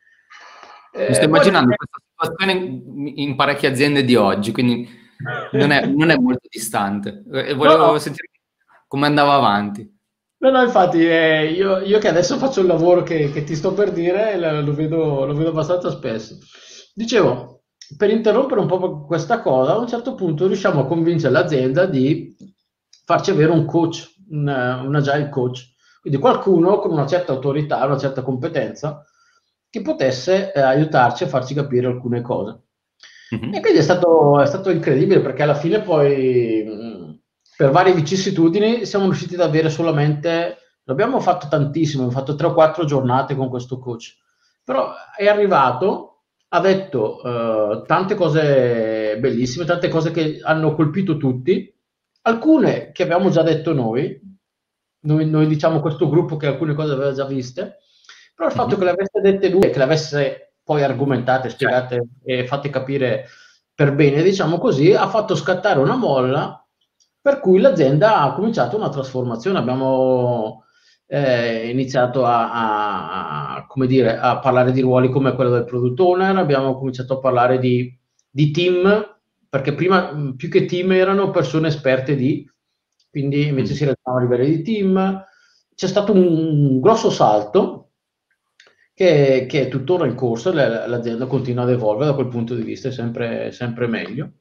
Mi sto Eh, poi immaginando questa situazione in in parecchie aziende di oggi, quindi non è, non è molto distante. E no, no, volevo sentire come andava avanti. no, no, infatti eh, io, io che adesso faccio il lavoro che, che ti sto per dire, lo, lo vedo, lo vedo abbastanza spesso. Dicevo, per interrompere un po' questa cosa, a un certo punto riusciamo a convincere l'azienda di farci avere un coach, un, un agile coach, quindi qualcuno con una certa autorità, una certa competenza, che potesse eh, aiutarci a farci capire alcune cose. E Mhm. quindi è stato, è stato incredibile perché alla fine poi, mh, per varie vicissitudini, siamo riusciti ad avere solamente, l'abbiamo fatto tantissimo, abbiamo fatto tre o quattro giornate con questo coach, però è arrivato, ha detto eh, tante cose bellissime, tante cose che hanno colpito tutti, alcune che avevamo già detto noi, noi, noi diciamo questo gruppo che alcune cose aveva già viste, però il fatto che le Mhm. avesse dette lui e che le avesse poi argomentate, Cioè, spiegate e fatte capire per bene, diciamo così, ha fatto scattare una molla per cui l'azienda ha cominciato una trasformazione. Abbiamo eh, iniziato a, a- a, come dire, a parlare di ruoli come quello del product owner, abbiamo cominciato a parlare di, di team, perché prima mh, più che team erano persone esperte di, quindi invece mm. si ragionava a livello di team. C'è stato un, un grosso salto che, che è tuttora in corso, l- l'azienda continua ad evolvere da quel punto di vista, è sempre, sempre meglio.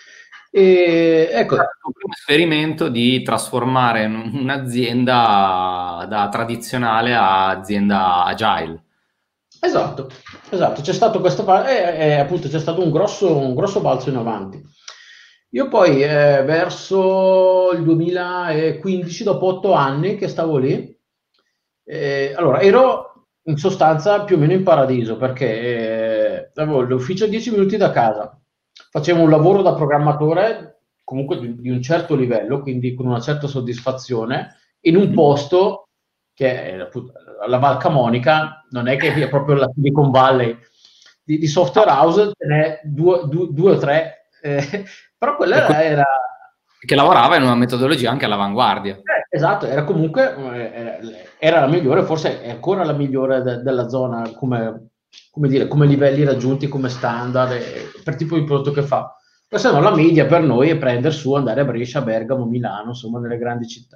E, ecco, Era il tuo primo esperimento di trasformare un- un'azienda da tradizionale a azienda agile. esatto, esatto, c'è stato questo, pa- e, e appunto c'è stato un grosso, un grosso balzo in avanti. Io poi eh, verso il duemilaquindici, dopo otto anni che stavo lì, eh, allora ero in sostanza più o meno in paradiso perché eh, avevo l'ufficio a dieci minuti da casa, facevo un lavoro da programmatore comunque di, di un certo livello, quindi con una certa soddisfazione, in un Mhm. posto che è appunto la Val Camonica non è che è proprio la Silicon Valley di, di software house, ce n'è due, due, due o tre, eh, però quella era, era... Che lavorava in una metodologia anche all'avanguardia. Eh, esatto, era comunque, eh, era la migliore, forse è ancora la migliore de, della zona come, come, dire, come livelli raggiunti, come standard, eh, per tipo di prodotto che fa. Poi se no la media per noi è prendere su, andare a Brescia, Bergamo, Milano, insomma nelle grandi città.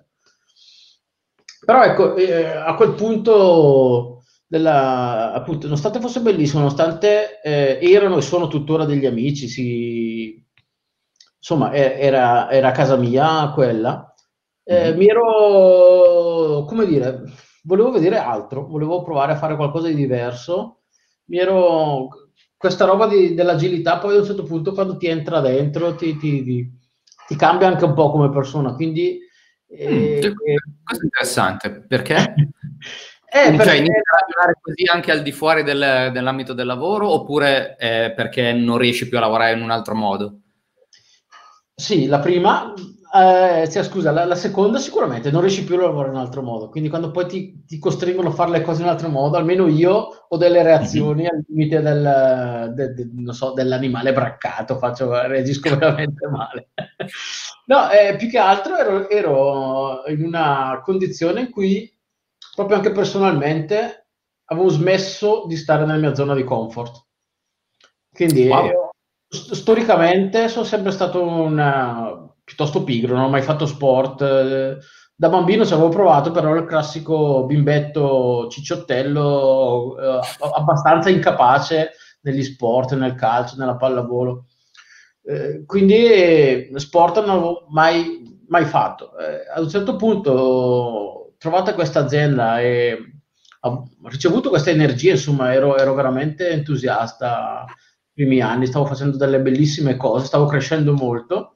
Però ecco, eh, a quel punto, della, appunto, nonostante fosse bellissimo, nonostante eh, erano e sono tuttora degli amici, si, insomma era, era casa mia quella, eh, mm-hmm. mi ero, come dire, volevo vedere altro, volevo provare a fare qualcosa di diverso, mi ero, questa roba di, dell'agilità poi ad un certo punto quando ti entra dentro ti, ti, ti, ti cambia anche un po' come persona, quindi... Eh, mm, questo è interessante, perché? eh, Quindi, perché... Cioè, inizi a ragionare così anche al di fuori del, dell'ambito del lavoro, oppure eh, perché non riesci più a lavorare in un altro modo? Sì, la prima, eh, cioè, scusa, la, la seconda sicuramente non riesci più a lavorare in un altro modo, quindi quando poi ti, ti costringono a fare le cose in un altro modo, almeno io ho delle reazioni mm-hmm. al limite del, de, de, non so, dell'animale braccato, faccio, reagisco veramente male. No, eh, più che altro ero, ero in una condizione in cui proprio anche personalmente avevo smesso di stare nella mia zona di comfort. Quindi wow. io, storicamente sono sempre stato una, piuttosto pigro, non ho mai fatto sport. Da bambino ci avevo provato, però ero il classico bimbetto cicciottello, eh, abbastanza incapace negli sport, nel calcio, nella pallavolo. Eh, quindi sport non avevo mai, mai fatto. Eh, ad un certo punto, trovata questa azienda e ho ricevuto questa energia, insomma, ero, ero veramente entusiasta. I primi anni stavo facendo delle bellissime cose, stavo crescendo molto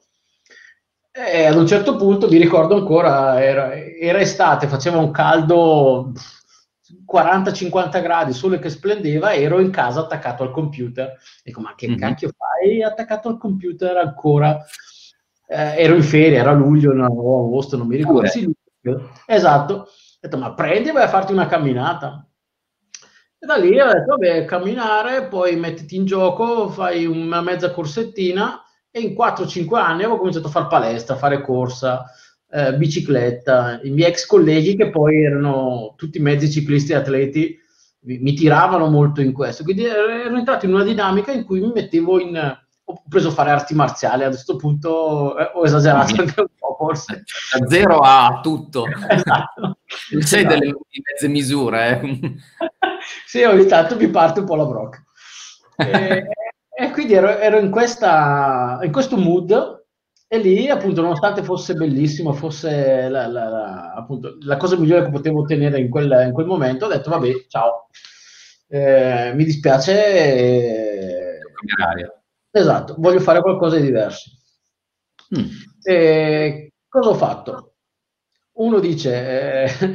e ad un certo punto mi ricordo ancora, era, era estate, faceva un caldo quaranta cinquanta gradi, sole che splendeva, ero in casa attaccato al computer. Dico, ma che mm-hmm. cacchio fai attaccato al computer ancora? Eh, ero in ferie, era luglio, no, agosto, non mi ricordo. Sì, esatto. Ho detto, ma prendi e vai a farti una camminata. E da lì ho detto, vabbè, camminare, poi mettiti in gioco, fai una mezza corsettina e in quattro cinque anni avevo cominciato a fare palestra, a fare corsa, eh, bicicletta. I miei ex colleghi, che poi erano tutti mezzi ciclisti e atleti, mi, mi tiravano molto in questo. Quindi ero entrato in una dinamica in cui mi mettevo in... Ho preso a fare arti marziali, a questo punto eh, ho esagerato anche un po', forse. Da zero a tutto. Esatto. Non sei esatto. Delle mezze misure, eh. Sì, ogni tanto mi parte un po' la brocca. E, e quindi ero, ero in, questa, in questo mood e lì, appunto, nonostante fosse bellissimo, fosse la, la, la, appunto, la cosa migliore che potevo ottenere in quel, in quel momento, ho detto, vabbè, ciao, eh, mi dispiace. Eh, esatto, voglio fare qualcosa di diverso. Mm. E cosa ho fatto? Uno dice... Eh,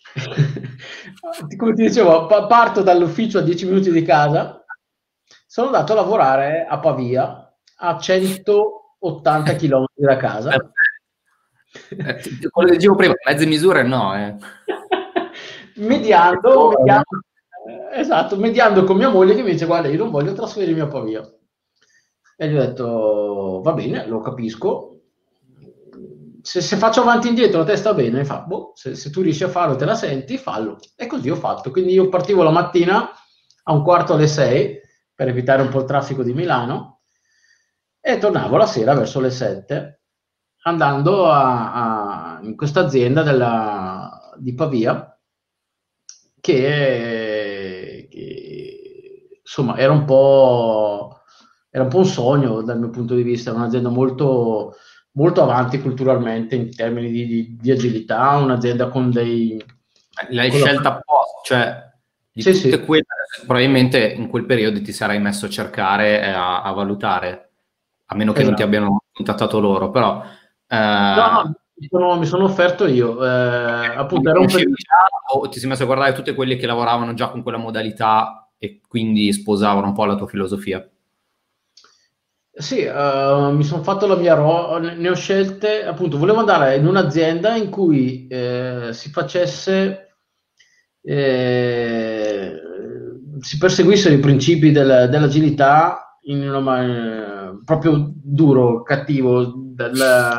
come ti dicevo, parto dall'ufficio a dieci minuti di casa, sono andato a lavorare a Pavia a centottanta chilometri da casa. Eh, quello che dicevo prima, mezze misure no. Eh. mediando, mediando eh, esatto, mediando con mia moglie che mi dice, guarda, io non voglio trasferirmi a Pavia. E gli ho detto, va bene, lo capisco. Se, se faccio avanti e indietro la testa bene, fa, boh, se, se tu riesci a farlo, te la senti, fallo. E così ho fatto. Quindi io partivo la mattina a un quarto alle sei per evitare un po' il traffico di Milano e tornavo la sera verso le sette andando a, a, in questa azienda della, di Pavia che, che insomma era un po' era un po' un sogno dal mio punto di vista, un'azienda molto molto avanti culturalmente in termini di, di, di agilità, un'azienda con dei... L'hai con scelta la... apposta, cioè di sì, tutte sì. quelle, probabilmente in quel periodo ti sarai messo a cercare, a, a valutare, a meno che esatto. non ti abbiano contattato loro, però... Eh... No, no, mi sono, mi sono offerto io, eh, okay. appunto era un periodo... O ti sei messo a guardare tutte quelle che lavoravano già con quella modalità e quindi sposavano un po' la tua filosofia? Sì, uh, mi sono fatto la mia ro- ne ho scelte, appunto, volevo andare in un'azienda in cui eh, si facesse eh, si perseguissero i principi del, dell'agilità in una man- proprio duro, cattivo, del,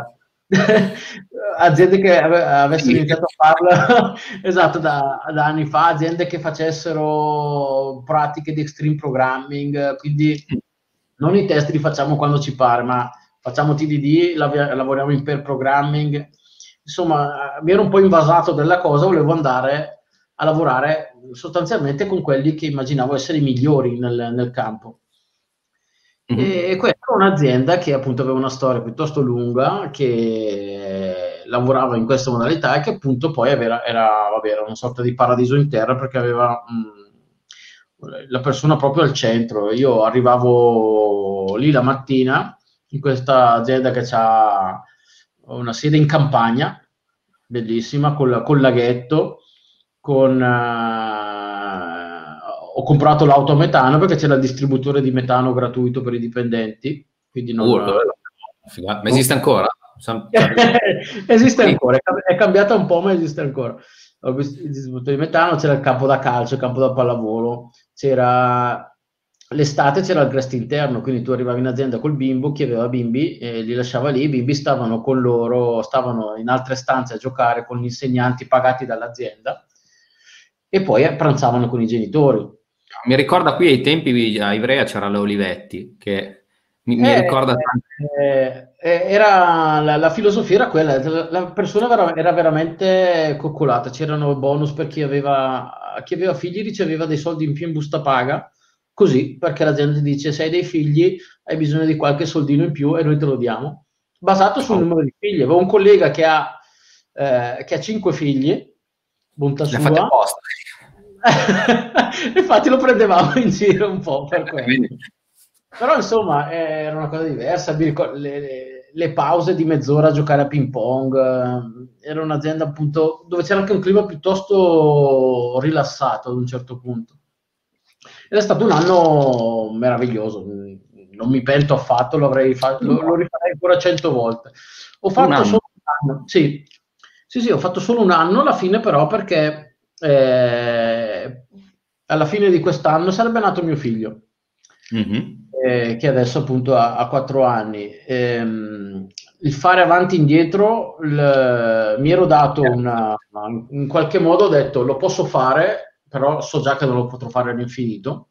aziende che ave- avessero iniziato a farlo esatto da, da anni fa, aziende che facessero pratiche di extreme programming, quindi non i test li facciamo quando ci pare, ma facciamo T D D, lav- lavoriamo in pair programming. Insomma, mi ero un po' invasato della cosa, volevo andare a lavorare sostanzialmente con quelli che immaginavo essere i migliori nel, nel campo. Mhm. E questa è un'azienda che appunto aveva una storia piuttosto lunga, che lavorava in questa modalità e che appunto poi aveva, era, vabbè, era una sorta di paradiso in terra perché aveva mh, la persona proprio al centro. Io arrivavo lì la mattina in questa azienda che ha una sede in campagna, bellissima, col, col laghetto, con... eh, ho comprato l'auto a metano perché c'era il distributore di metano gratuito per i dipendenti, quindi non... Uh, che bello. Figata. Ma non- esiste ancora? Sam- cioè, esiste ancora, è cam- è cambiata un po', ma esiste ancora. Ho visto il distributore di metano, c'era il campo da calcio, il campo da pallavolo, c'era l'estate, c'era il gresto interno, quindi tu arrivavi in azienda col bimbo, chi aveva bimbi, eh, li lasciava lì, i bimbi stavano con loro, stavano in altre stanze a giocare con gli insegnanti pagati dall'azienda e poi pranzavano con i genitori. mi ricorda qui ai tempi a Ivrea c'era l'Olivetti, che mi, mi Eh, ricorda tanto. eh, eh, era, la, la filosofia era quella, la, la persona vera- era veramente coccolata, c'erano bonus per chi aveva, chi aveva figli riceveva dei soldi in più in busta paga, così, perché la gente dice se hai dei figli hai bisogno di qualche soldino in più e noi te lo diamo, basato sul Oh, numero di figli. Avevo un collega che ha, eh, che ha cinque figli, bontà le fate sua, apposta. infatti lo prendevamo in giro un po' per quello. Quindi, Però insomma era una cosa diversa, mi ricordo, le, le- le pause di mezz'ora a giocare a ping pong, eh, era un'azienda appunto dove c'era anche un clima piuttosto rilassato ad un certo punto. Ed è stato un anno meraviglioso, non mi pento affatto, lo, avrei fa- lo, lo rifarei ancora cento volte. Ho un fatto anno. solo un anno, sì, sì, sì, ho fatto solo un anno alla fine però perché eh, alla fine di quest'anno sarebbe nato mio figlio Mhm. eh, che adesso appunto ha, ha quattro anni. Ehm, il fare avanti e indietro, il- mi ero dato una, in qualche modo ho detto lo posso fare, però so già che non lo potrò fare all'infinito.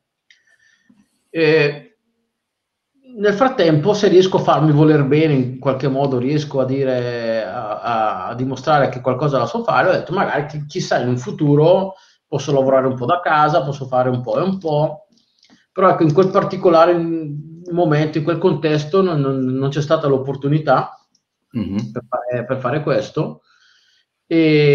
E nel frattempo, se riesco a farmi voler bene in qualche modo, riesco a dire, a, a- a dimostrare che qualcosa la so fare, ho detto magari chi- chissà in un futuro posso lavorare un po' da casa, posso fare un po' e un po', però ecco, in quel particolare momento, in quel contesto, non, non- non c'è stata l'opportunità per Mhm. fare, per fare questo. E,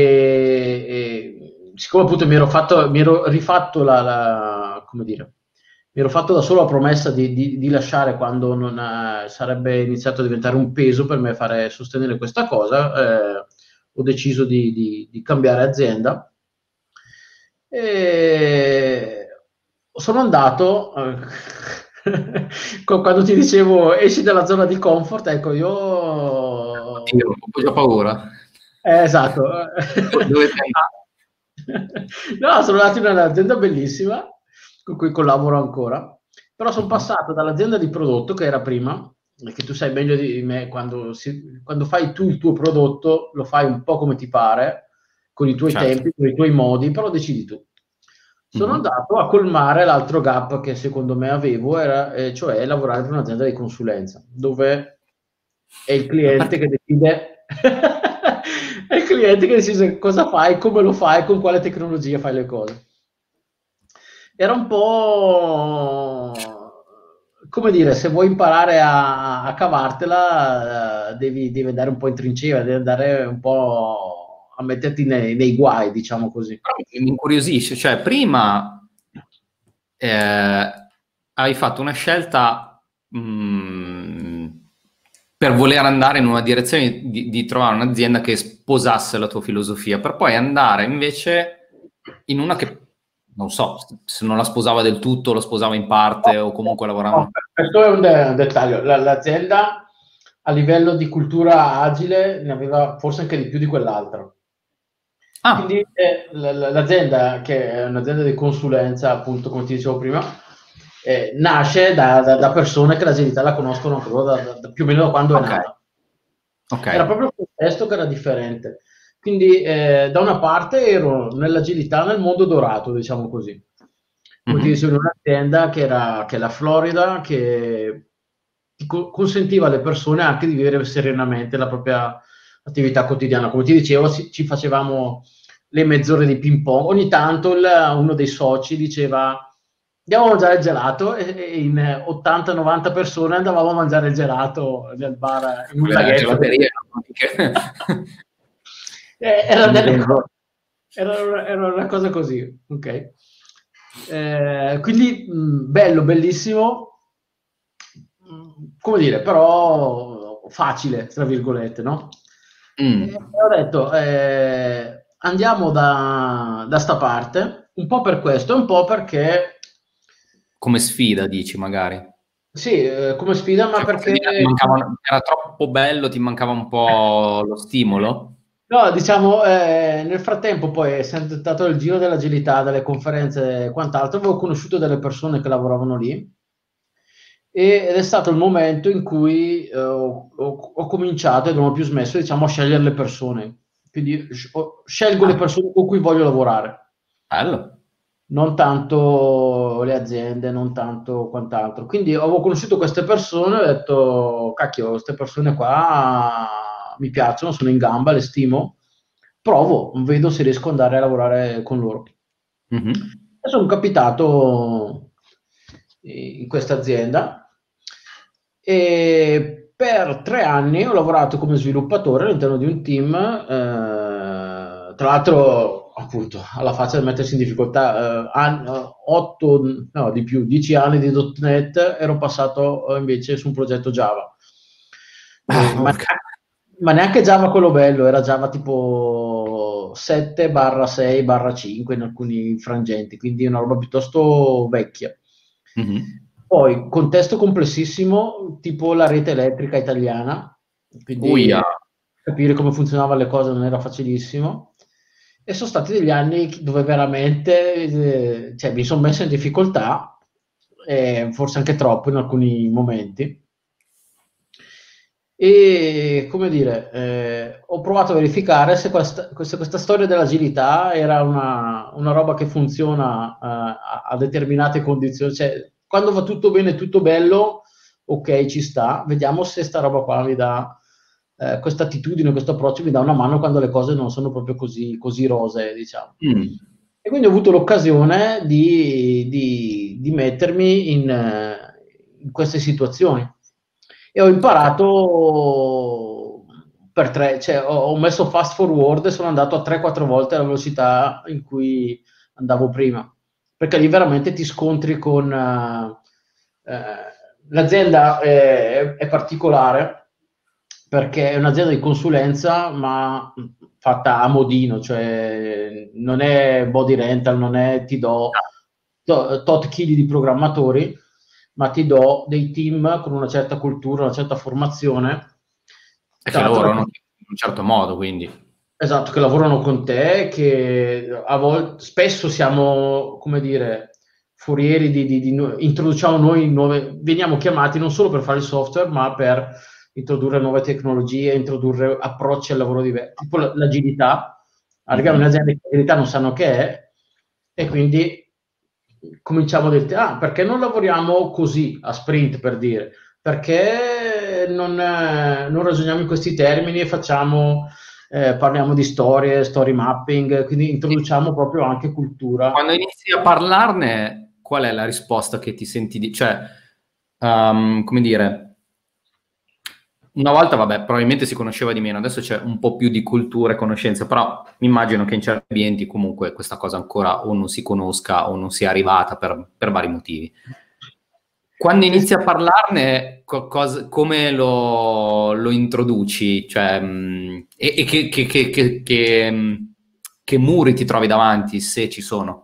e siccome appunto mi ero, fatto, mi ero rifatto la, la- come dire, mi ero fatto da solo la promessa di, di- di lasciare quando non eh, sarebbe iniziato a diventare un peso per me fare, sostenere questa cosa, eh, ho deciso di, di- di cambiare azienda e sono andato, eh, quando ti dicevo esci dalla zona di comfort, ecco, Io io... ho già paura. Eh, esatto. Dove sei No, sono andato in un'azienda bellissima con cui collaboro ancora, però sono andato? passato dall'azienda di prodotto che era prima, che tu sai meglio di me, quando, si- quando fai tu il tuo prodotto lo fai un po' come ti pare, con i tuoi Certo. tempi, con i tuoi modi, però decidi tu. Sono Mhm. andato a colmare l'altro gap che secondo me avevo, era, eh, cioè lavorare per un'azienda di consulenza, dove è il Ma cliente perché? che decide, è il cliente che decide cosa fai, come lo fai, con quale tecnologia fai le cose. Era un po' come dire, se vuoi imparare a, a cavartela, eh, devi, devi andare un po' in trincea, devi andare un po' a metterti nei, nei guai, diciamo così. Però mi incuriosisce, cioè prima eh, hai fatto una scelta mh, per voler andare in una direzione di, di trovare un'azienda che sposasse la tua filosofia, per poi andare invece in una che, non so, se non la sposava del tutto, la sposava in parte o comunque No, lavoravano. questo è un, de- un dettaglio. La- l'azienda a livello di cultura agile ne aveva forse anche di più di quell'altra. Ah, Quindi eh, l- l- l'azienda, che è un'azienda di consulenza, appunto, come ti dicevo prima, eh, nasce da, da- da persone che l'agilità la conoscono ancora da, da- da più o meno da quando è ok, nata. ok. Era proprio il contesto che era differente. Quindi, eh, da una parte ero nell'agilità nel mondo dorato, diciamo così. Come ti Mhm. dicevo, in un'azienda che era, che è la Florida, che ti co- consentiva alle persone anche di vivere serenamente la propria attività quotidiana. Come ti dicevo, si- ci facevamo le mezz'ore di ping pong. Ogni tanto il- uno dei soci diceva andiamo a mangiare il gelato e, e in ottanta novanta persone andavamo a mangiare il gelato nel bar in un Quella è la laghetto. gelateria, no? Che- Eh, era, Mi delle vengo- co- era, una- era una cosa così, ok? Eh, quindi mh, bello, bellissimo, mh, come dire, però facile, tra virgolette, no? E Mm. ho detto, eh, andiamo da, da sta parte, un po' per questo, e un po' perché, Come sfida, dici, magari. sì, eh, come sfida, ma Cioè, forse perché... lì ti mancava- era troppo bello, ti mancava un po' lo stimolo? No, diciamo, eh, nel frattempo poi, essendo stato il giro dell'agilità, delle conferenze e quant'altro, avevo conosciuto delle persone che lavoravano lì e- ed è stato il momento in cui eh, ho, ho- ho cominciato e non ho più smesso, diciamo, a scegliere le persone. Quindi sc- ho- scelgo le Ah, persone con cui voglio lavorare, bello. non tanto le aziende, non tanto quant'altro. Quindi avevo conosciuto queste persone e ho detto, cacchio, queste persone qua mi piacciono, sono in gamba, le stimo, provo, vedo se riesco ad andare a lavorare con loro. Mhm. E sono capitato in questa azienda e per tre anni ho lavorato come sviluppatore all'interno di un team, eh, tra l'altro appunto alla faccia di mettersi in difficoltà, eh, otto, no di più, dieci anni di .ponto net, ero passato eh, invece su un progetto Java. Ah, Eh, ma, porca. ma neanche Java quello bello, era Java tipo sette sei cinque in alcuni frangenti, quindi una roba piuttosto vecchia. Mhm. Poi, contesto complessissimo, tipo la rete elettrica italiana, quindi Uia. capire come funzionavano le cose non era facilissimo. E sono stati degli anni dove veramente eh, cioè, mi sono messo in difficoltà, eh, forse anche troppo in alcuni momenti. E come dire, eh, ho provato a verificare se questa, se questa storia dell'agilità era una, una roba che funziona eh, a, a determinate condizioni. Cioè, quando va tutto bene, tutto bello, ok, ci sta. Vediamo se sta roba qua mi dà eh, questa attitudine, questo approccio mi dà una mano quando le cose non sono proprio così, così rosee, diciamo. Mm. E quindi ho avuto l'occasione di, di- di mettermi in, eh, in queste situazioni e ho Ok. imparato per tre, cioè ho, ho messo fast forward e sono andato a tre quattro volte la velocità in cui andavo prima, perché lì veramente ti scontri con... eh, eh, l'azienda è, è particolare perché è un'azienda di consulenza, ma fatta a modino, cioè non è body rental, non è ti do to- tot chili di programmatori, ma ti do dei team con una certa cultura, una certa formazione. E Tra che l'altro, lavorano in un certo modo, quindi. esatto, che lavorano con te, che a volte, spesso siamo, come dire, forieri di, di- di no- introduciamo noi nuove, veniamo chiamati non solo per fare il software, ma per introdurre nuove tecnologie, introdurre approcci al lavoro diversi, tipo l- l'agilità. Arriviamo in Mhm. azienda che in verità non sanno che è, e quindi cominciamo a dirti, ah, perché non lavoriamo così a sprint, per dire? Perché non, eh, non ragioniamo in questi termini e facciamo eh, parliamo di storie, story mapping, quindi introduciamo proprio anche cultura. Quando inizi a parlarne, qual è la risposta che ti senti di... Cioè, um, come dire, una volta, vabbè, probabilmente si conosceva di meno, adesso c'è un po' più di cultura e conoscenza, però mi immagino che in certi ambienti comunque questa cosa ancora o non si conosca o non sia arrivata per, per vari motivi. Quando Sì, sì. inizi a parlarne, co- cosa- come lo, lo introduci? Cioè, mh, e, e che, che- che- che- che, mh, che muri ti trovi davanti, se ci sono?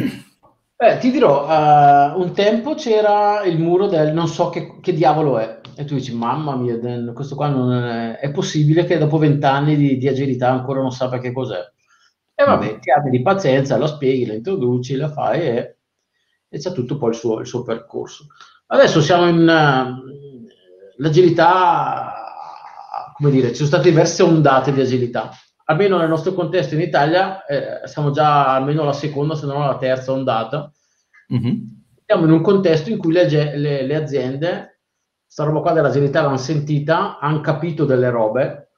Eh, ti dirò, eh, un tempo c'era il muro del non so che, che diavolo è. e tu dici, mamma mia, questo qua non è, è possibile che dopo vent'anni di, di agilità ancora non sappia che cos'è. E vabbè, Mm. ti abbi di pazienza, la spieghi, la introduci, la fai e, e c'è tutto poi il suo, il suo percorso. Adesso siamo in... Uh, l'agilità, come dire, ci sono state diverse ondate di agilità. Almeno nel nostro contesto in Italia eh, siamo già almeno la seconda, se non la terza ondata. Mm-hmm. Siamo in un contesto in cui le, le, le aziende, sta roba qua dell'agilità l'hanno sentita, hanno capito delle robe,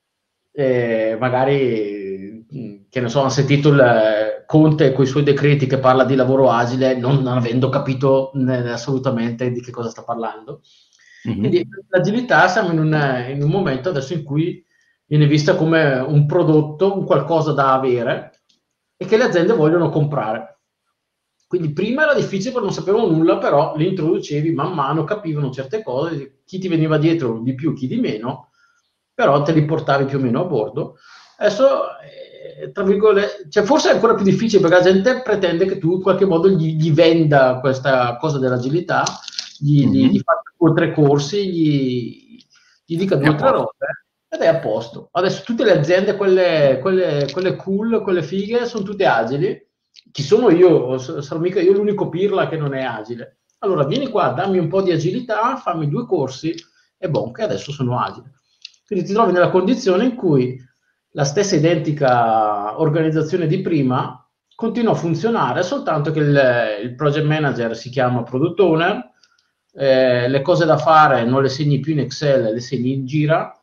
e magari, che ne so, hanno sentito il Conte con i suoi decreti che parla di lavoro agile, non, non avendo capito ne, assolutamente di che cosa sta parlando. Mm-hmm. Quindi l'agilità siamo in un, in un momento adesso in cui viene vista come un prodotto, un qualcosa da avere e che le aziende vogliono comprare. Quindi prima era difficile perché non sapevano nulla, però li introducevi man mano, capivano certe cose, chi ti veniva dietro di più, chi di meno, però te li portavi più o meno a bordo. Adesso, eh, tra virgolette, cioè forse è ancora più difficile perché la gente pretende che tu in qualche modo gli, gli venda questa cosa dell'agilità, gli, mm-hmm. gli, gli faccia due o tre corsi, gli, gli dica due o tre robe ed è a posto. Adesso tutte le aziende, quelle, quelle, quelle cool, quelle fighe, sono tutte agili. Chi sono io? Sarò mica io l'unico pirla che non è agile. Allora vieni qua, dammi un po' di agilità, fammi due corsi e boh, che adesso sono agile. Quindi ti trovi nella condizione in cui la stessa identica organizzazione di prima continua a funzionare, soltanto che il, il project manager si chiama product owner, eh, le cose da fare non le segni più in Excel, le segni in Gira.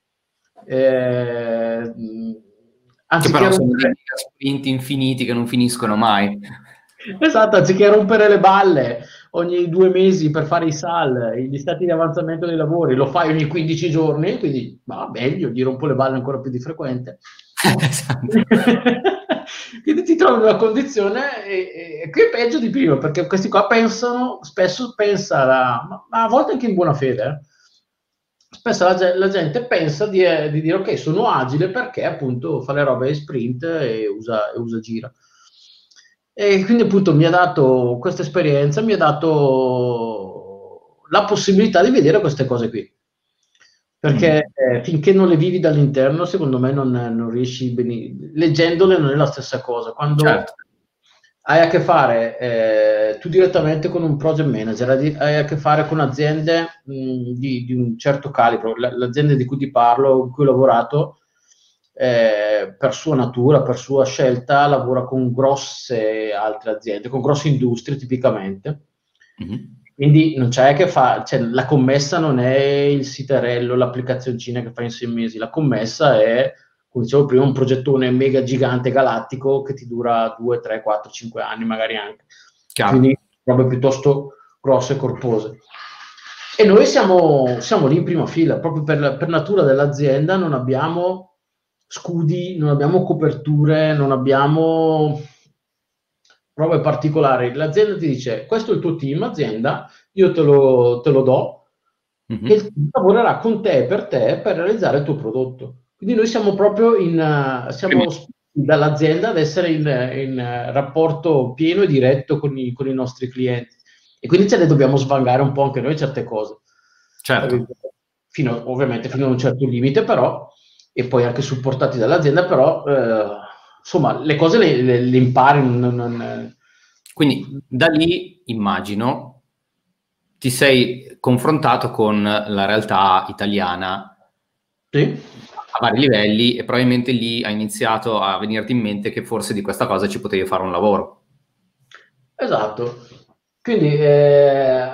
Eh, Che però sono dei sprint infiniti che non finiscono mai. Esatto, anziché rompere le balle ogni due mesi per fare i S A L, gli stati di avanzamento dei lavori, lo fai ogni quindici giorni, quindi va meglio, gli rompo le balle ancora più di frequente. Esatto. Quindi ti trovi in una condizione, e, e qui è peggio di prima, perché questi qua pensano, spesso pensa, la, ma, ma a volte anche in buona fede, eh? Spesso la, la gente pensa di, eh, di dire ok, sono agile perché appunto fa le robe in sprint e usa, e usa Gira. E quindi appunto mi ha dato questa esperienza, mi ha dato la possibilità di vedere queste cose qui. Perché mm. eh, finché non le vivi dall'interno, secondo me non, non riesci bene. Leggendole non è la stessa cosa. Quando certo. hai a che fare eh, tu direttamente con un project manager, hai a che fare con aziende mh, di, di un certo calibro, l'azienda di cui ti parlo, in cui ho lavorato, eh, per sua natura, per sua scelta, lavora con grosse altre aziende, con grosse industrie tipicamente. Mm-hmm. Quindi non c'è che fa, cioè, la commessa non è il siterello, l'applicazioncina che fa in sei mesi, la commessa è, come dicevo prima, un progettone mega gigante galattico che ti dura due, tre, quattro, cinque anni magari anche. Chiaro. Quindi robe piuttosto grosse e corpose. E noi siamo, siamo lì in prima fila, proprio per, per natura dell'azienda non abbiamo scudi, non abbiamo coperture, non abbiamo robe particolari. L'azienda ti dice, questo è il tuo team azienda, io te lo, te lo do, mm-hmm. e il team lavorerà con te e per te per realizzare il tuo prodotto. Quindi noi siamo proprio in, uh, siamo dall'azienda ad essere in, in uh, rapporto pieno e diretto con i, con i nostri clienti. E quindi ce ne dobbiamo svangare un po' anche noi certe cose. Certo. Fino, ovviamente fino a un certo limite, però, e poi anche supportati dall'azienda, però... Uh, insomma, le cose le, le, le impari. Non, non... Quindi da lì, immagino, ti sei confrontato con la realtà italiana sì. a vari livelli e probabilmente lì hai iniziato a venirti in mente che forse di questa cosa ci potevi fare un lavoro. Esatto. Quindi, eh,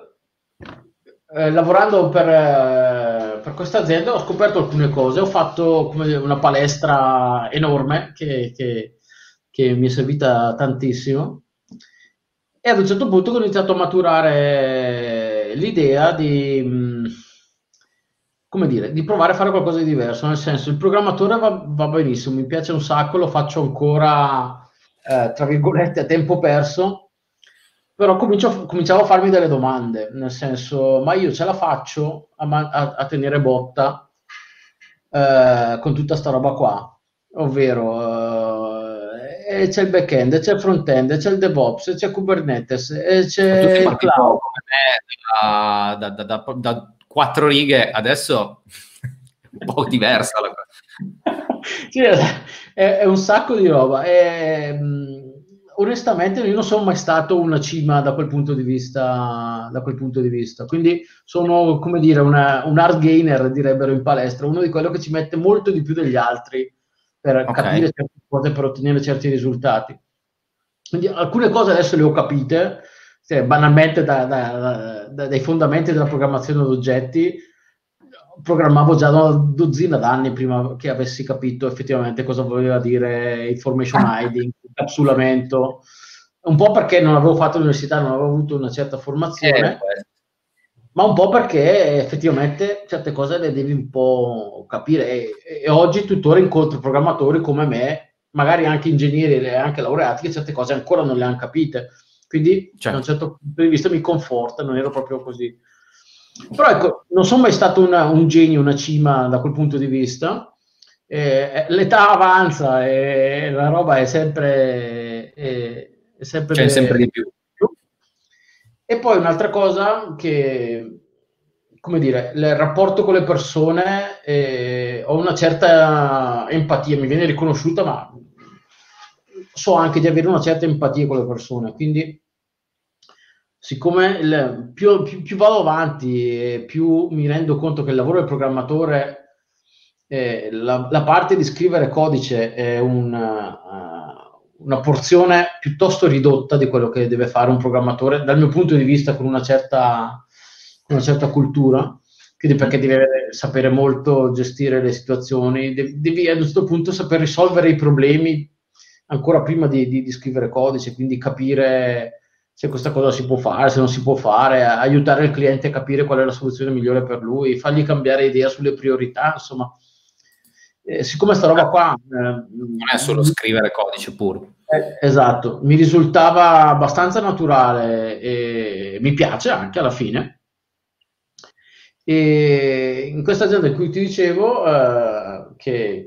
eh, lavorando per... Eh, per questa azienda ho scoperto alcune cose, ho fatto come una palestra enorme che, che, che mi è servita tantissimo e ad un certo punto ho iniziato a maturare l'idea di, mh, come dire, di provare a fare qualcosa di diverso, nel senso il programmatore va, va benissimo, mi piace un sacco, lo faccio ancora eh, tra virgolette a tempo perso, però comincio, cominciavo a farmi delle domande, nel senso, ma io ce la faccio a, a, a tenere botta eh, con tutta sta roba qua, ovvero eh, c'è il back-end, c'è il front-end, c'è il DevOps, c'è Kubernetes, e c'è il cloud. Da, da, da, da, da quattro righe, adesso è un po' diversa la cosa. Sì, è, è un sacco di roba. E, mh, onestamente io non sono mai stato una cima da quel punto di vista, da quel punto di vista. Quindi sono, come dire, una, un hard gainer, direbbero in palestra, uno di quello che ci mette molto di più degli altri per Ok. capire certe cose, per ottenere certi risultati. Quindi alcune cose adesso le ho capite, cioè, banalmente da, da, da, dai fondamenti della programmazione ad oggetti. Programmavo già da una dozzina d'anni prima che avessi capito effettivamente cosa voleva dire information hiding, incapsulamento, un po' perché non avevo fatto l'università, non avevo avuto una certa formazione, Eh, ma un po' perché effettivamente certe cose le devi un po' capire e, e oggi tuttora incontro programmatori come me, magari anche ingegneri e anche laureati, che certe cose ancora non le hanno capite. Quindi certo. da un certo punto di vista mi conforta, non ero proprio così. Però ecco, non sono mai stato una, un genio, una cima da quel punto di vista. Eh, l'età avanza e la roba è sempre, è, è sempre, C'è sempre di più. e poi un'altra cosa che, come dire, il rapporto con le persone, eh, ho una certa empatia, mi viene riconosciuta, ma so anche di avere una certa empatia con le persone, quindi siccome il, più, più, più vado avanti e più mi rendo conto che il lavoro del programmatore, eh, la, la parte di scrivere codice è un, uh, una porzione piuttosto ridotta di quello che deve fare un programmatore, dal mio punto di vista con una certa, una certa cultura, quindi perché devi sapere molto gestire le situazioni, devi, devi ad un certo punto saper risolvere i problemi ancora prima di, di, di scrivere codice, quindi capire se questa cosa si può fare, se non si può fare, aiutare il cliente a capire qual è la soluzione migliore per lui, fargli cambiare idea sulle priorità, insomma. Eh, siccome sta roba qua... Eh, non è solo scrivere codice puro. Eh, esatto, mi risultava abbastanza naturale e mi piace anche alla fine. E in questa azienda in cui ti dicevo eh, che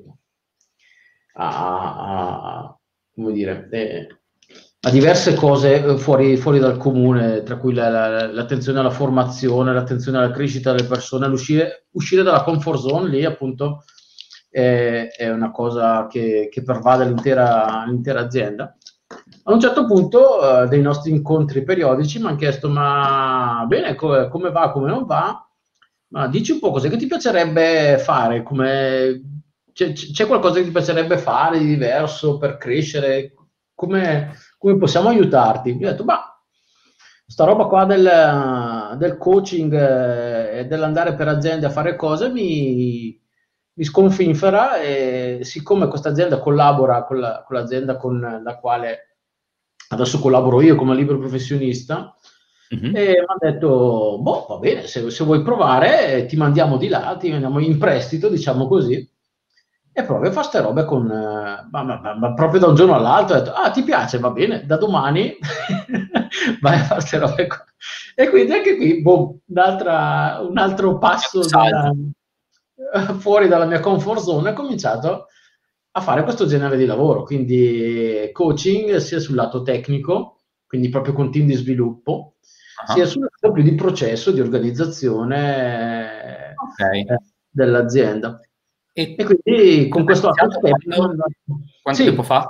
ha, ha- come dire, eh, ha diverse cose fuori, fuori dal comune, tra cui la- la- l'attenzione alla formazione, l'attenzione alla crescita delle persone, l'uscire uscire dalla comfort zone lì appunto è, è una cosa che, che pervade l'intera, l'intera azienda. A un certo punto eh, dei nostri incontri periodici mi hanno chiesto ma bene, co- come va, come non va? Ma dici un po' cos'è che ti piacerebbe fare, come... c'è, c'è qualcosa che ti piacerebbe fare di diverso per crescere? Come, come possiamo aiutarti? Io ho detto, ma sta roba qua del, del coaching eh, e dell'andare per aziende a fare cose mi, mi sconfinfera e siccome questa azienda collabora con, la, con l'azienda con la quale adesso collaboro io come libero professionista, Mm-hmm. e mi ha detto, boh, va bene, se, se vuoi provare ti mandiamo di là, ti mandiamo in prestito, diciamo così, e provi a fare ste robe con, eh, ma, ma, ma, ma proprio da un giorno all'altro ho detto, ah, ti piace, va bene, da domani vai a fare ste robe qua. E quindi anche qui, boh, un altro passo dalla, fuori dalla mia comfort zone, ho cominciato a fare questo genere di lavoro, quindi coaching sia sul lato tecnico, quindi proprio con team di sviluppo, Uh-huh. sia sul lato più di processo, di organizzazione okay. eh, dell'azienda. E, E quindi con questo altro step... quando, quanto Sì, tempo fa?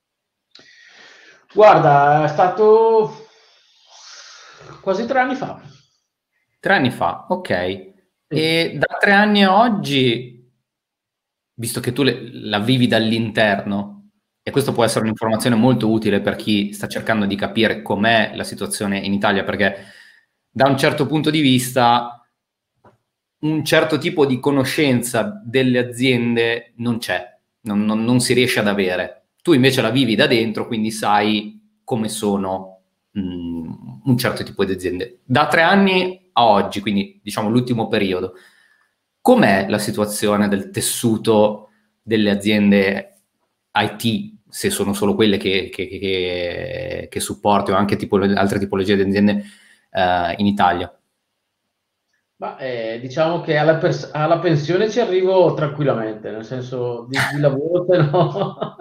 guarda, è stato quasi tre anni fa. Tre anni fa, ok. Sì. E da tre anni a oggi, visto che tu le, la vivi dall'interno, e questo può essere un'informazione molto utile per chi sta cercando di capire com'è la situazione in Italia, perché da un certo punto di vista un certo tipo di conoscenza delle aziende non c'è, non, non, non si riesce ad avere. Tu invece la vivi da dentro, quindi sai come sono mh, un certo tipo di aziende. Da tre anni a oggi, quindi diciamo l'ultimo periodo, com'è la situazione del tessuto delle aziende I T, se sono solo quelle che, che, che, che supporti o anche tipo, altre tipologie di aziende uh, in Italia? Ma eh, diciamo che alla, pers- alla pensione ci arrivo tranquillamente, nel senso di, di lavoro se no.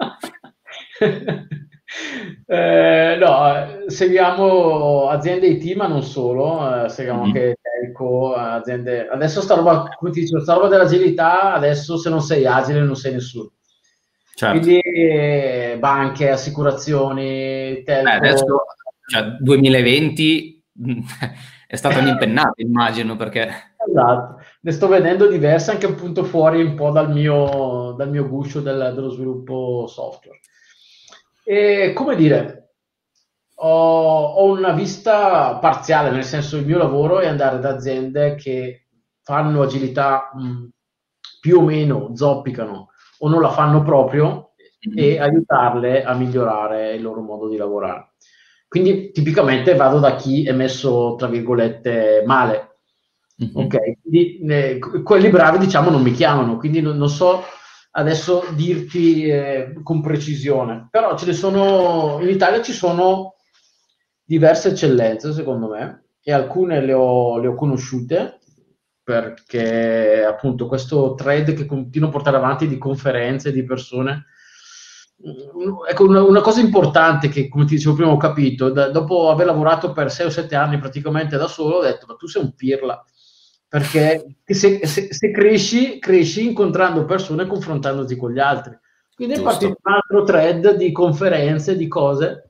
eh, no, seguiamo aziende I T, ma non solo, eh, seguiamo Mm-hmm. anche telco, ecco, aziende, adesso sta roba, come ti dicevo, sta roba dell'agilità, adesso se non sei agile non sei nessuno. Certo. Quindi eh, banche, assicurazioni, Eh, telco. adesso, cioè, duemilaventi è stata un'impennata, immagino, perché... Esatto, ne sto vedendo diverse anche appunto fuori un po' dal mio, dal mio guscio del- dello sviluppo software. E come dire, ho, ho una vista parziale, nel senso il mio lavoro è andare da aziende che fanno agilità mh, più o meno, zoppicano o non la fanno proprio e Mhm. aiutarle a migliorare il loro modo di lavorare. Quindi tipicamente vado da chi è messo, tra virgolette, male. Ok, Mhm. quindi eh, quelli bravi diciamo non mi chiamano, quindi non, non so adesso dirti eh, con precisione, però ce ne sono, in Italia ci sono diverse eccellenze secondo me e alcune le ho, le ho conosciute perché appunto questo thread che continuo a portare avanti di conferenze, di persone. Ecco, una, una cosa importante che, come ti dicevo prima, ho capito, da, dopo aver lavorato per sei o sette anni praticamente da solo, ho detto, ma tu sei un pirla, perché se, se, se cresci, cresci incontrando persone e confrontandoti con gli altri. Quindi è partito Giusto. un altro thread di conferenze, di cose,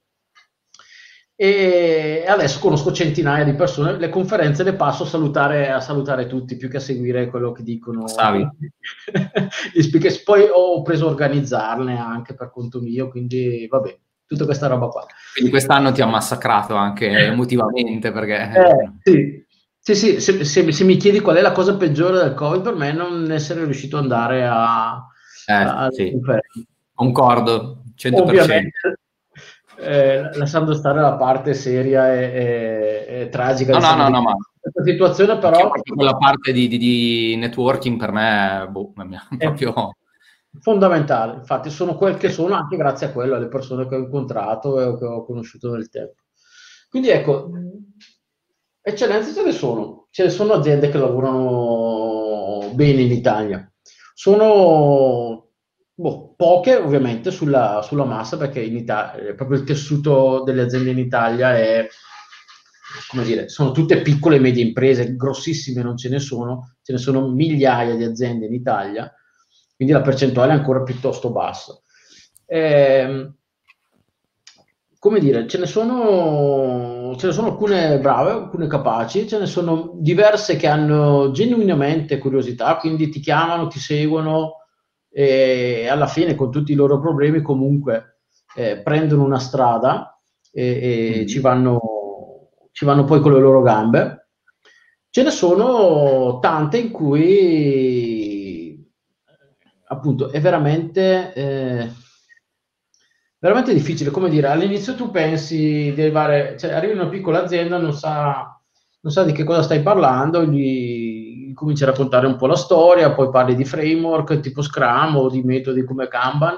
e adesso conosco centinaia di persone, le conferenze le passo a salutare, a salutare tutti, più che a seguire quello che dicono Stavi. gli speakers. Poi ho preso a organizzarne anche per conto mio, quindi vabbè, tutta questa roba qua. Quindi quest'anno ti ha massacrato anche emotivamente, perché... Eh, sì, sì, sì, se, se- se mi chiedi qual è la cosa peggiore del Covid, per me è non essere riuscito ad andare a, a- Eh, alle sì, conferenze. concordo, cento per cento. Ovviamente, eh, lasciando stare la parte seria e, e- e tragica, No, no, diciamo, no, di no, ma questa situazione, anche però proprio quella parte di, di- di networking per me, boh, è proprio... fondamentale. Infatti, sono quel che Sì. sono anche grazie a quello, alle persone che ho incontrato e che ho conosciuto nel tempo. Quindi ecco, eccellenze ce ne sono, ce ne sono aziende che lavorano bene in Italia. Sono boh, poche ovviamente sulla, sulla massa perché in Italia, proprio il tessuto delle aziende in Italia è, come dire, sono tutte piccole e medie imprese, grossissime non ce ne sono, ce ne sono migliaia di aziende in Italia, quindi la percentuale è ancora piuttosto bassa. Eh, come dire, ce ne sono, ce ne sono alcune brave, alcune capaci, ce ne sono diverse che hanno genuinamente curiosità, quindi ti chiamano, ti seguono e alla fine con tutti i loro problemi comunque eh, prendono una strada e, e ci Mhm. vanno, ci vanno poi con le loro gambe. Ce ne sono tante in cui appunto è veramente, eh, veramente difficile. Come dire, all'inizio tu pensi di arrivare, cioè arrivi in una piccola azienda, non sa, non sa di che cosa stai parlando, gli, gli cominci a raccontare un po' la storia, poi parli di framework tipo Scrum o di metodi come Kanban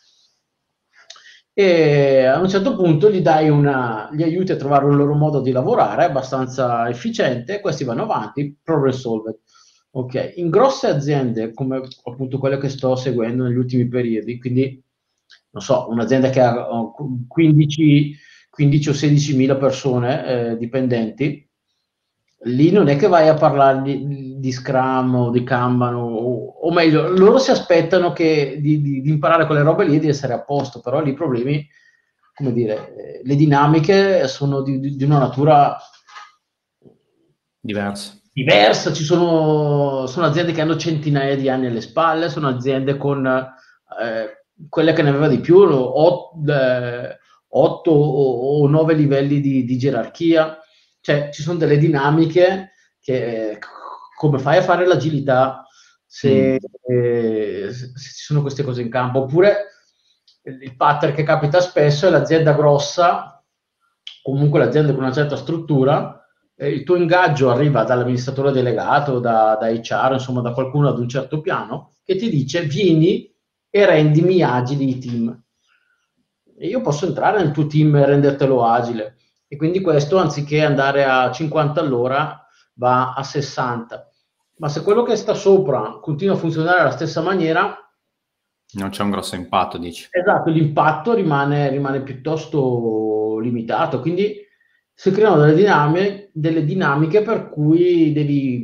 e a un certo punto gli dai una, gli aiuti a trovare un loro modo di lavorare abbastanza efficiente, questi vanno avanti, problem solved. Ok, in grosse aziende come appunto quelle che sto seguendo negli ultimi periodi, quindi non so, un'azienda che ha oh, quindici, quindici o sedici mila persone eh, dipendenti, lì non è che vai a parlare di, di Scrum o di Kanban, o, o meglio, loro si aspettano che, di, di, di imparare quelle robe lì e di essere a posto, però lì i problemi, come dire, eh, le dinamiche sono di, di, di una natura Diverso. diversa, ci sono, sono aziende che hanno centinaia di anni alle spalle, sono aziende con eh, quelle che ne aveva di più, otto, eh, otto o, o nove livelli di, di gerarchia, cioè ci sono delle dinamiche che come fai a fare l'agilità se, Mm. eh, se ci sono queste cose in campo? Oppure il pattern che capita spesso è l'azienda grossa, comunque l'azienda con una certa struttura, eh, il tuo ingaggio arriva dall'amministratore delegato, da, da H R, insomma da qualcuno ad un certo piano, che ti dice vieni e rendimi agili i team. E io posso entrare nel tuo team e rendertelo agile. E quindi questo, anziché andare a cinquanta all'ora, va a sessanta. Ma se quello che sta sopra continua a funzionare alla stessa maniera, Non c'è un grosso impatto, dici. esatto, l'impatto rimane, rimane piuttosto limitato. Quindi si creano delle dinamiche, delle dinamiche per cui devi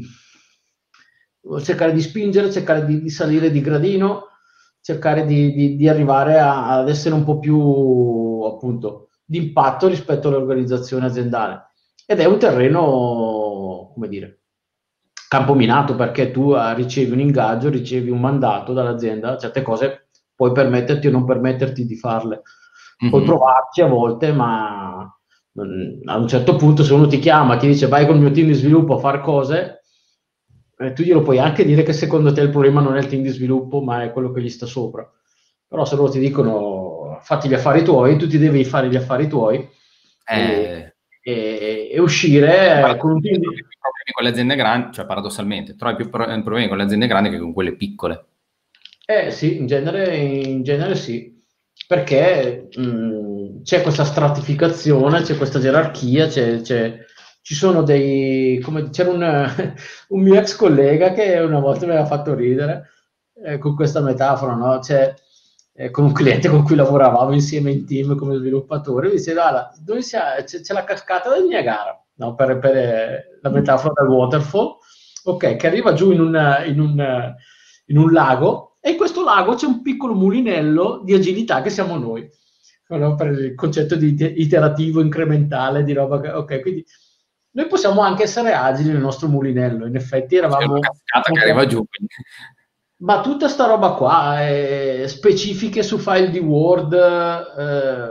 cercare di spingere, cercare di, di salire di gradino, cercare di, di, di arrivare a, ad essere un po' più, appunto, di impatto rispetto all'organizzazione aziendale. Ed è un terreno, come dire, campo minato, perché tu eh, ricevi un ingaggio, ricevi un mandato dall'azienda, certe cose puoi permetterti o non permetterti di farle. Puoi Mhm. provarci a volte, ma non- a un certo punto se uno ti chiama, ti dice vai col mio team di sviluppo a fare cose, eh, tu glielo puoi anche dire che secondo te il problema non è il team di sviluppo, ma è quello che gli sta sopra. Però se loro ti dicono fatti gli affari tuoi, tu ti devi fare gli affari tuoi e, Eh, e- e uscire Poi con un team trovi di... più problemi con le aziende grandi, cioè paradossalmente, trovi più pro- problemi con le aziende grandi che con quelle piccole. Eh sì, in genere, in genere sì, perché mh, c'è questa stratificazione, c'è questa gerarchia, c'è, c'è- ci sono dei... come c'era un, un mio ex collega che una volta mi aveva fatto ridere eh, con questa metafora, no? Cioè, eh, con un cliente con cui lavoravamo insieme in team come sviluppatori, mi diceva, guarda, dove sia- c'è, c'è la cascata del Niagara, no? Per, per, eh, la metafora del waterfall, ok, che arriva giù in un, in un, in un lago e in questo lago c'è un piccolo mulinello di agilità che siamo noi, no? Per il concetto di iterativo, incrementale, di roba che, ok, quindi noi possiamo anche essere agili nel nostro mulinello, in effetti C'è una eravamo... cascata che arriva giù, quindi. Ma tutta sta roba qua, eh, specifiche su file di Word, eh,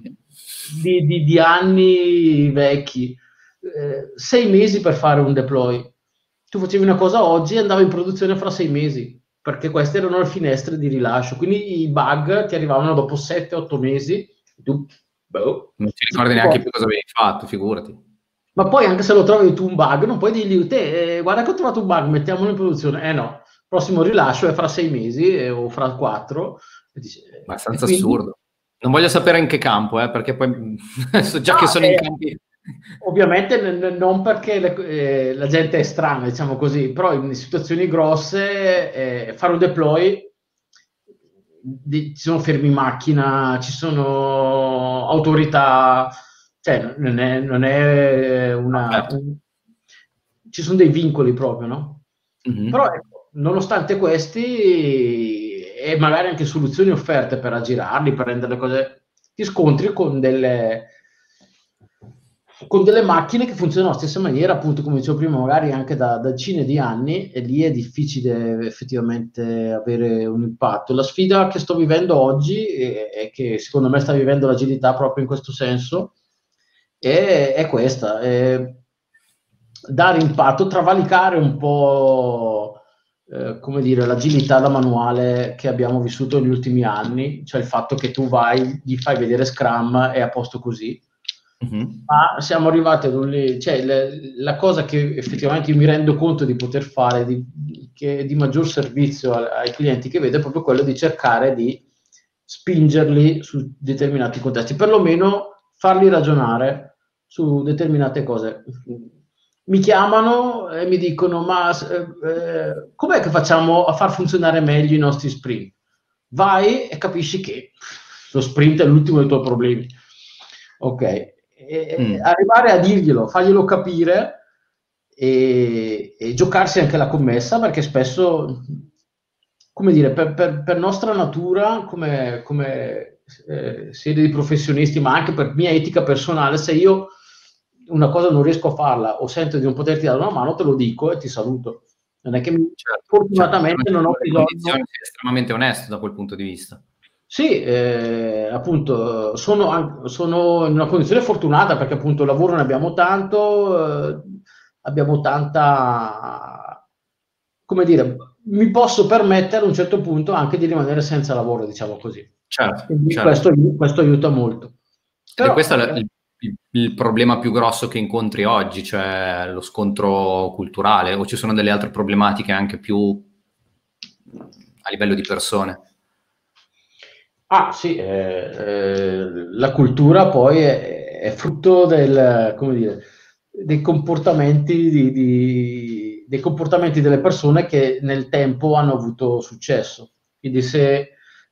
di, di- di anni vecchi, eh, sei mesi per fare un deploy. Tu facevi una cosa oggi e andava in produzione fra sei mesi, perché queste erano le finestre di rilascio. Quindi i bug ti arrivavano dopo sette otto mesi. E tu, boh, Non ti ricordi neanche più cosa avevi fatto, figurati. ma poi anche se lo trovi tu un bug, non puoi dirgli te, eh, guarda che ho trovato un bug, mettiamolo in produzione. Eh no, prossimo rilascio è fra sei mesi eh, o fra quattro. E, dici, eh, e Abbastanza quindi, assurdo. Non voglio sapere in che campo, eh, perché poi so già no, che sono in eh, campi. ovviamente n- n- non perché le- eh, la gente è strana, diciamo così, però in situazioni grosse eh, fare un deploy, di- ci sono fermi macchina, ci sono autorità, cioè non è, non è No, una... certo. un- ci sono dei vincoli proprio, no? Però Mhm. ecco, nonostante questi, e magari anche soluzioni offerte per aggirarli, per rendere le cose, ti scontri con delle, con delle macchine che funzionano alla stessa maniera, appunto, come dicevo prima, magari anche da, da decine di anni, e lì è difficile effettivamente avere un impatto. La sfida che sto vivendo oggi, e, e che secondo me sta vivendo l'agilità proprio in questo senso, è, è questa, è dare impatto, travalicare un po', eh, come dire, l'agilità da manuale che abbiamo vissuto negli ultimi anni, cioè il fatto che tu vai, gli fai vedere Scrum e a posto così. Mhm. Ma siamo arrivati ad un... cioè, le- la cosa che effettivamente io mi rendo conto di poter fare, di, che di maggior servizio ai, ai clienti che vedo, è proprio quello di cercare di spingerli su determinati contesti, perlomeno farli ragionare su determinate cose. Mi chiamano e mi dicono: Ma eh, com'è che facciamo a far funzionare meglio i nostri sprint? Vai e capisci che lo sprint è l'ultimo dei tuoi problemi. Ok, e, e Mm. arrivare a dirglielo, farglielo capire e, e giocarsi anche la commessa, perché spesso, come dire, per, per- per nostra natura, come, come eh, serie di professionisti, ma anche per mia etica personale, se io una cosa non riesco a farla o sento di non poterti dare una mano, te lo dico e ti saluto. Non è che mi- Certo, certo. Se non fortunatamente ci non ho sono le bisogno. condizioni, sei estremamente onesto da quel punto di vista. Sì, eh, appunto, sono, an- sono in una condizione fortunata perché appunto lavoro ne abbiamo tanto, eh, abbiamo tanta, come dire, mi posso permettere a un certo punto anche di rimanere senza lavoro, diciamo così. Certo, Quindi certo. questo, questo aiuta molto. Ed è Però, questo il, eh, il- il problema più grosso che incontri oggi, cioè lo scontro culturale, o ci sono delle altre problematiche anche più a livello di persone? ah sì, eh, eh, la cultura poi è, è frutto del, come dire, dei comportamenti, di, di- dei comportamenti delle persone che nel tempo hanno avuto successo. Quindi se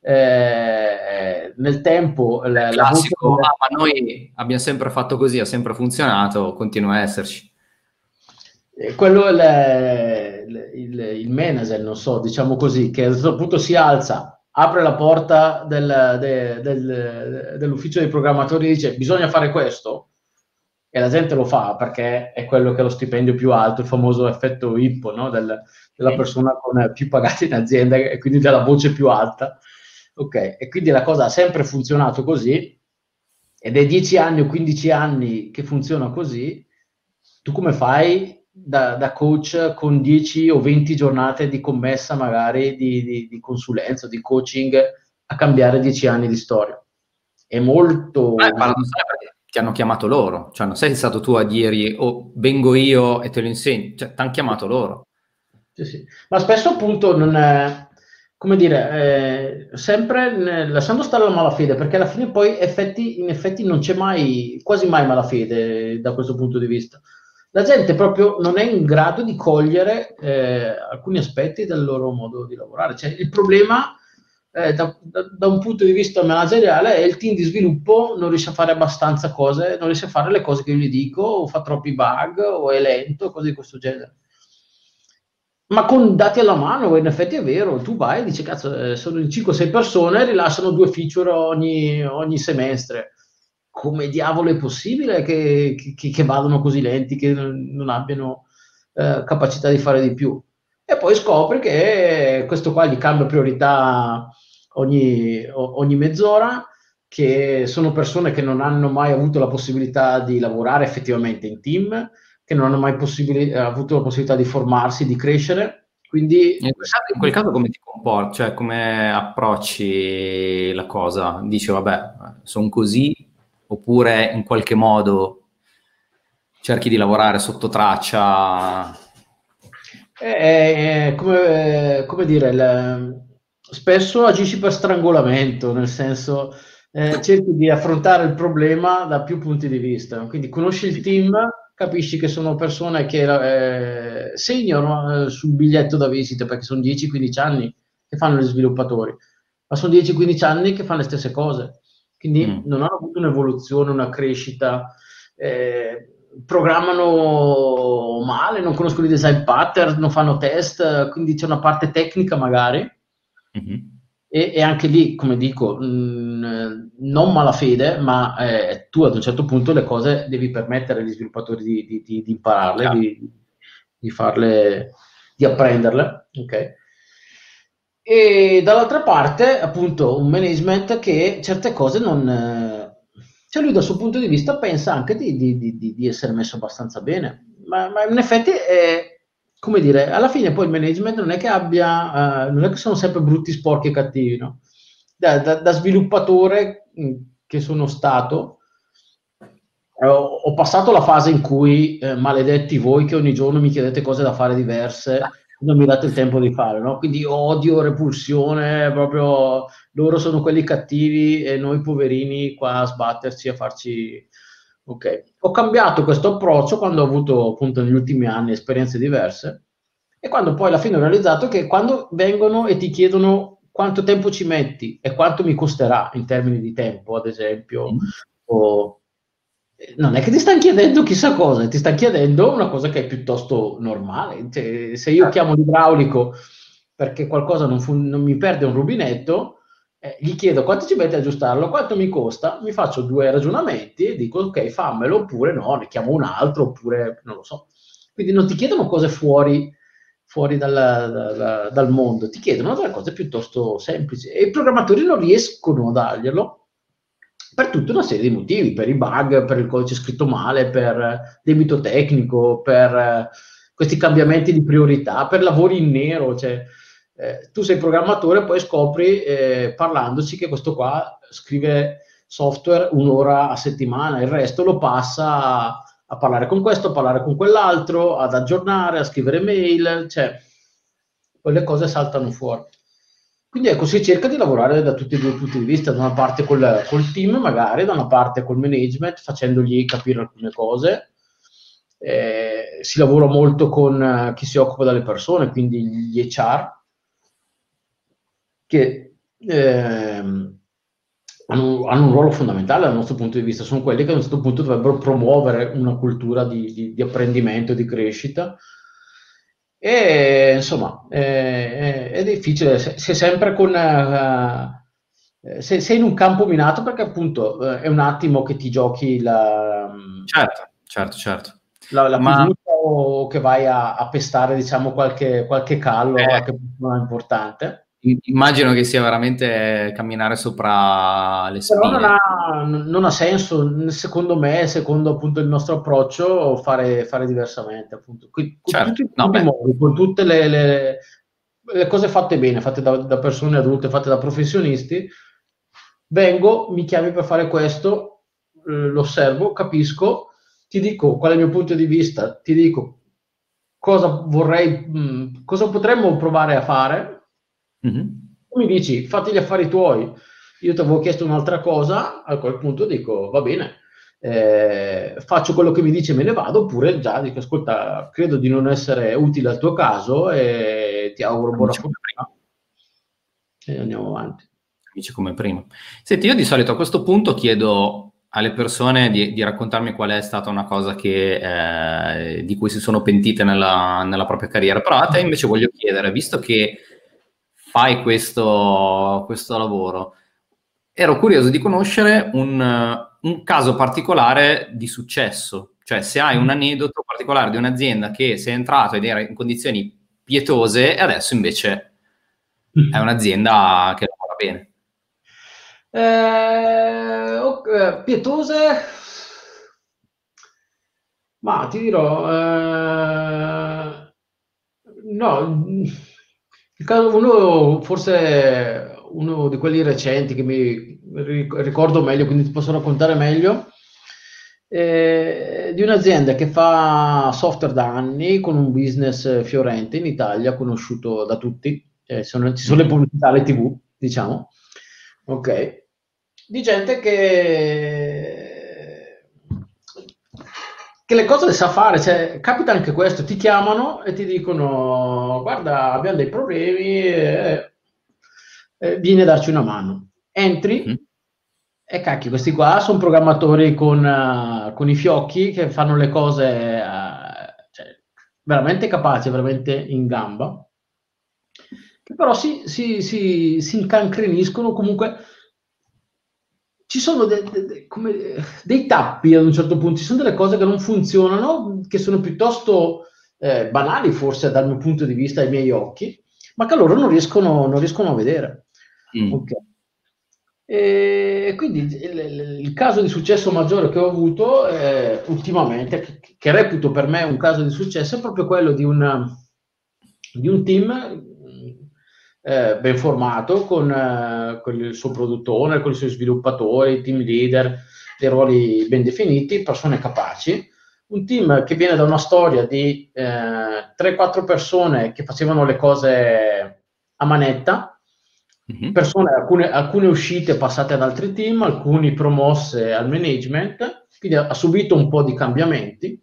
eh, nel tempo Il la, la voce classico, delle... ah, ma noi abbiamo sempre fatto così, ha sempre funzionato, continua a esserci. quello è il, il, il manager, non so, diciamo così, che a un certo punto si alza, apre la porta del, de, del, dell'ufficio dei programmatori e dice bisogna fare questo, e la gente lo fa perché è quello che ha lo stipendio più alto, il famoso effetto Ippo, no? Del, della persona con più pagata in azienda e quindi della voce più alta. Ok, e quindi la cosa ha sempre funzionato così, ed è dieci anni o quindici anni che funziona così. Tu come fai da, da coach con dieci o venti giornate di commessa magari di, di, di consulenza, di coaching, a cambiare dieci anni di storia? È molto... Ma è paradossale perché ti hanno chiamato loro, cioè non sei stato tu a dirgli oh, vengo io e te lo insegno, cioè ti hanno chiamato loro. Sì, sì. Ma spesso appunto non è, come dire, eh, sempre ne- lasciando stare la malafede, perché alla fine poi effetti, in effetti non c'è mai, quasi mai malafede da questo punto di vista. La gente proprio non è in grado di cogliere eh, alcuni aspetti del loro modo di lavorare. Cioè, il problema eh, da, da- da un punto di vista manageriale è il team di sviluppo non riesce a fare abbastanza cose, non riesce a fare le cose che io gli dico, o fa troppi bug, o è lento, cose di questo genere. Ma con dati alla mano, in effetti è vero, tu vai e dici, cazzo, eh, sono in cinque sei persone, rilasciano due feature ogni, ogni semestre. Come diavolo è possibile che, che, che vadano così lenti, che non, non abbiano eh, capacità di fare di più? E poi scopri che questo qua gli cambia priorità ogni, o- ogni mezz'ora, che sono persone che non hanno mai avuto la possibilità di lavorare effettivamente in team, che non hanno mai possibili- eh, avuto la possibilità di formarsi, di crescere. Quindi, In quel caso, in quel caso come ti comporti, cioè come approcci la cosa? Dici vabbè, sono così, oppure in qualche modo cerchi di lavorare sotto traccia? è, è come, come dire, il- spesso agisci per strangolamento, nel senso eh, cerchi di affrontare il problema da più punti di vista. Quindi conosci il team, capisci che sono persone che eh, segnano eh, sul biglietto da visita, perché sono dieci quindici anni che fanno gli sviluppatori, ma sono dieci quindici anni che fanno le stesse cose. Quindi Mm. non hanno avuto un'evoluzione, una crescita, eh, programmano male, non conoscono i design pattern, non fanno test, quindi c'è una parte tecnica magari, Mhm. e, e anche lì, come dico, mh, non malafede, ma eh, tu ad un certo punto le cose devi permettere agli sviluppatori di, di- di- di impararle, Chiaro. di, di farle, di apprenderle, ok? E dall'altra parte, appunto, un management che certe cose non... eh, cioè lui dal suo punto di vista pensa anche di, di- di- di- di essere messo abbastanza bene, ma, ma in effetti è, come dire, alla fine poi il management non è che abbia, eh, non è che sono sempre brutti, sporchi e cattivi, no? Da, da- da sviluppatore mh, che sono stato, eh, ho, ho passato la fase in cui, eh, maledetti voi che ogni giorno mi chiedete cose da fare diverse, non mi date il tempo di fare, no? Quindi odio, repulsione, proprio loro sono quelli cattivi e noi poverini qua a sbatterci, a farci... Ok. Ho cambiato questo approccio quando ho avuto appunto negli ultimi anni esperienze diverse, e quando poi alla fine ho realizzato che quando vengono e ti chiedono quanto tempo ci metti e quanto mi costerà in termini di tempo, ad esempio, Mm. o non è che ti stanno chiedendo chissà cosa, ti stanno chiedendo una cosa che è piuttosto normale. Cioè, se io chiamo l'idraulico perché qualcosa non, fu- non mi perde un rubinetto, eh, gli chiedo quanto ci mette a aggiustarlo, quanto mi costa, mi faccio due ragionamenti e dico ok, fammelo, oppure no, ne chiamo un altro, oppure non lo so. Quindi non ti chiedono cose fuori, fuori dal, dal- dal mondo, ti chiedono delle cose piuttosto semplici, e i programmatori non riescono a darglielo per tutta una serie di motivi, per i bug, per il codice scritto male, per debito tecnico, per eh, questi cambiamenti di priorità, per lavori in nero. Cioè, eh, tu sei programmatore e poi scopri, eh, parlandoci, che questo qua scrive software un'ora a settimana, il resto lo passa a, a parlare con questo, a parlare con quell'altro, ad aggiornare, a scrivere mail, cioè poi le cose saltano fuori. Quindi ecco, si cerca di lavorare da tutti e due i punti di vista, da una parte col, col team magari, da una parte col management, facendogli capire alcune cose. Eh, si lavora molto con eh, chi si occupa delle persone, quindi gli H R, che ehm, hanno hanno un ruolo fondamentale dal nostro punto di vista, sono quelli che a un certo punto dovrebbero promuovere una cultura di, di, di apprendimento, di crescita. E insomma, è, è difficile, sei sempre con... Uh, sei, sei in un campo minato perché appunto uh, è un attimo che ti giochi la... Certo, certo, certo. La, la Ma... fiducia o che vai a, a pestare, diciamo, qualche, qualche callo, Eh, qualche persona importante. Immagino che sia veramente camminare sopra le Però non spine. ha, non ha senso, secondo me, secondo appunto il nostro approccio, fare, fare diversamente, appunto. Qui- Con tutti, Certo, i no, tutti i beh, modi, con tutte le, le- le cose fatte bene, fatte da, da persone adulte, fatte da professionisti, vengo, mi chiami per fare questo, eh, lo osservo, capisco, ti dico qual è il mio punto di vista, ti dico cosa vorrei, mh, cosa potremmo provare a fare. mhm. Tu mi dici, fatti gli affari tuoi, io ti avevo chiesto un'altra cosa, a quel punto dico, va bene, eh, faccio quello che mi dice e me ne vado, oppure già dico, ascolta, credo di non essere utile al tuo caso e ti auguro buona Amici come prima. fortuna e andiamo avanti. Amici come prima. Senti, io di solito a questo punto chiedo alle persone di, di raccontarmi qual è stata una cosa che, eh, di cui si sono pentite nella, nella propria carriera, però a te invece voglio chiedere, visto che fai questo, questo lavoro, ero curioso di conoscere un, un caso particolare di successo, cioè se hai un aneddoto particolare di un'azienda che sei entrato ed era in condizioni pietose e adesso invece è un'azienda che lavora bene. Eh, ok, pietose, ma ti dirò, eh, no, il caso- uno forse uno di quelli recenti che mi ric- ricordo meglio, quindi ti posso raccontare meglio, eh, di un'azienda che fa software da anni con un business fiorente in Italia, conosciuto da tutti, eh, sono- ci sono le Mhm. pubblicità, le T V, diciamo, ok, di gente che, che le cose le sa fare, cioè, capita anche questo, ti chiamano e ti dicono guarda abbiamo dei problemi, eh, eh, vieni a darci una mano. Mhm. Entri e cacchio, questi qua sono programmatori con, eh, con i fiocchi che fanno le cose eh, cioè, veramente capaci, veramente in gamba, che però si, si, si, si incancreniscono comunque. Ci sono de- de- de- come, dei tappi ad un certo punto, ci sono delle cose che non funzionano, che sono piuttosto eh, banali forse dal mio punto di vista, ai miei occhi, ma che loro non riescono, non riescono a vedere. Mm. Ok. E quindi il, il- il caso di successo maggiore che ho avuto eh, ultimamente, che, che reputo per me un caso di successo, è proprio quello di, una, di un team eh, ben formato con, eh, con il suo produttore, con i suoi sviluppatori, team leader, dei ruoli ben definiti, persone capaci. Un team che viene da una storia di eh, tre quattro persone che facevano le cose a manetta, Mhm. persone, alcune, alcune uscite passate ad altri team, alcuni promosse al management, quindi ha, ha subito un po' di cambiamenti.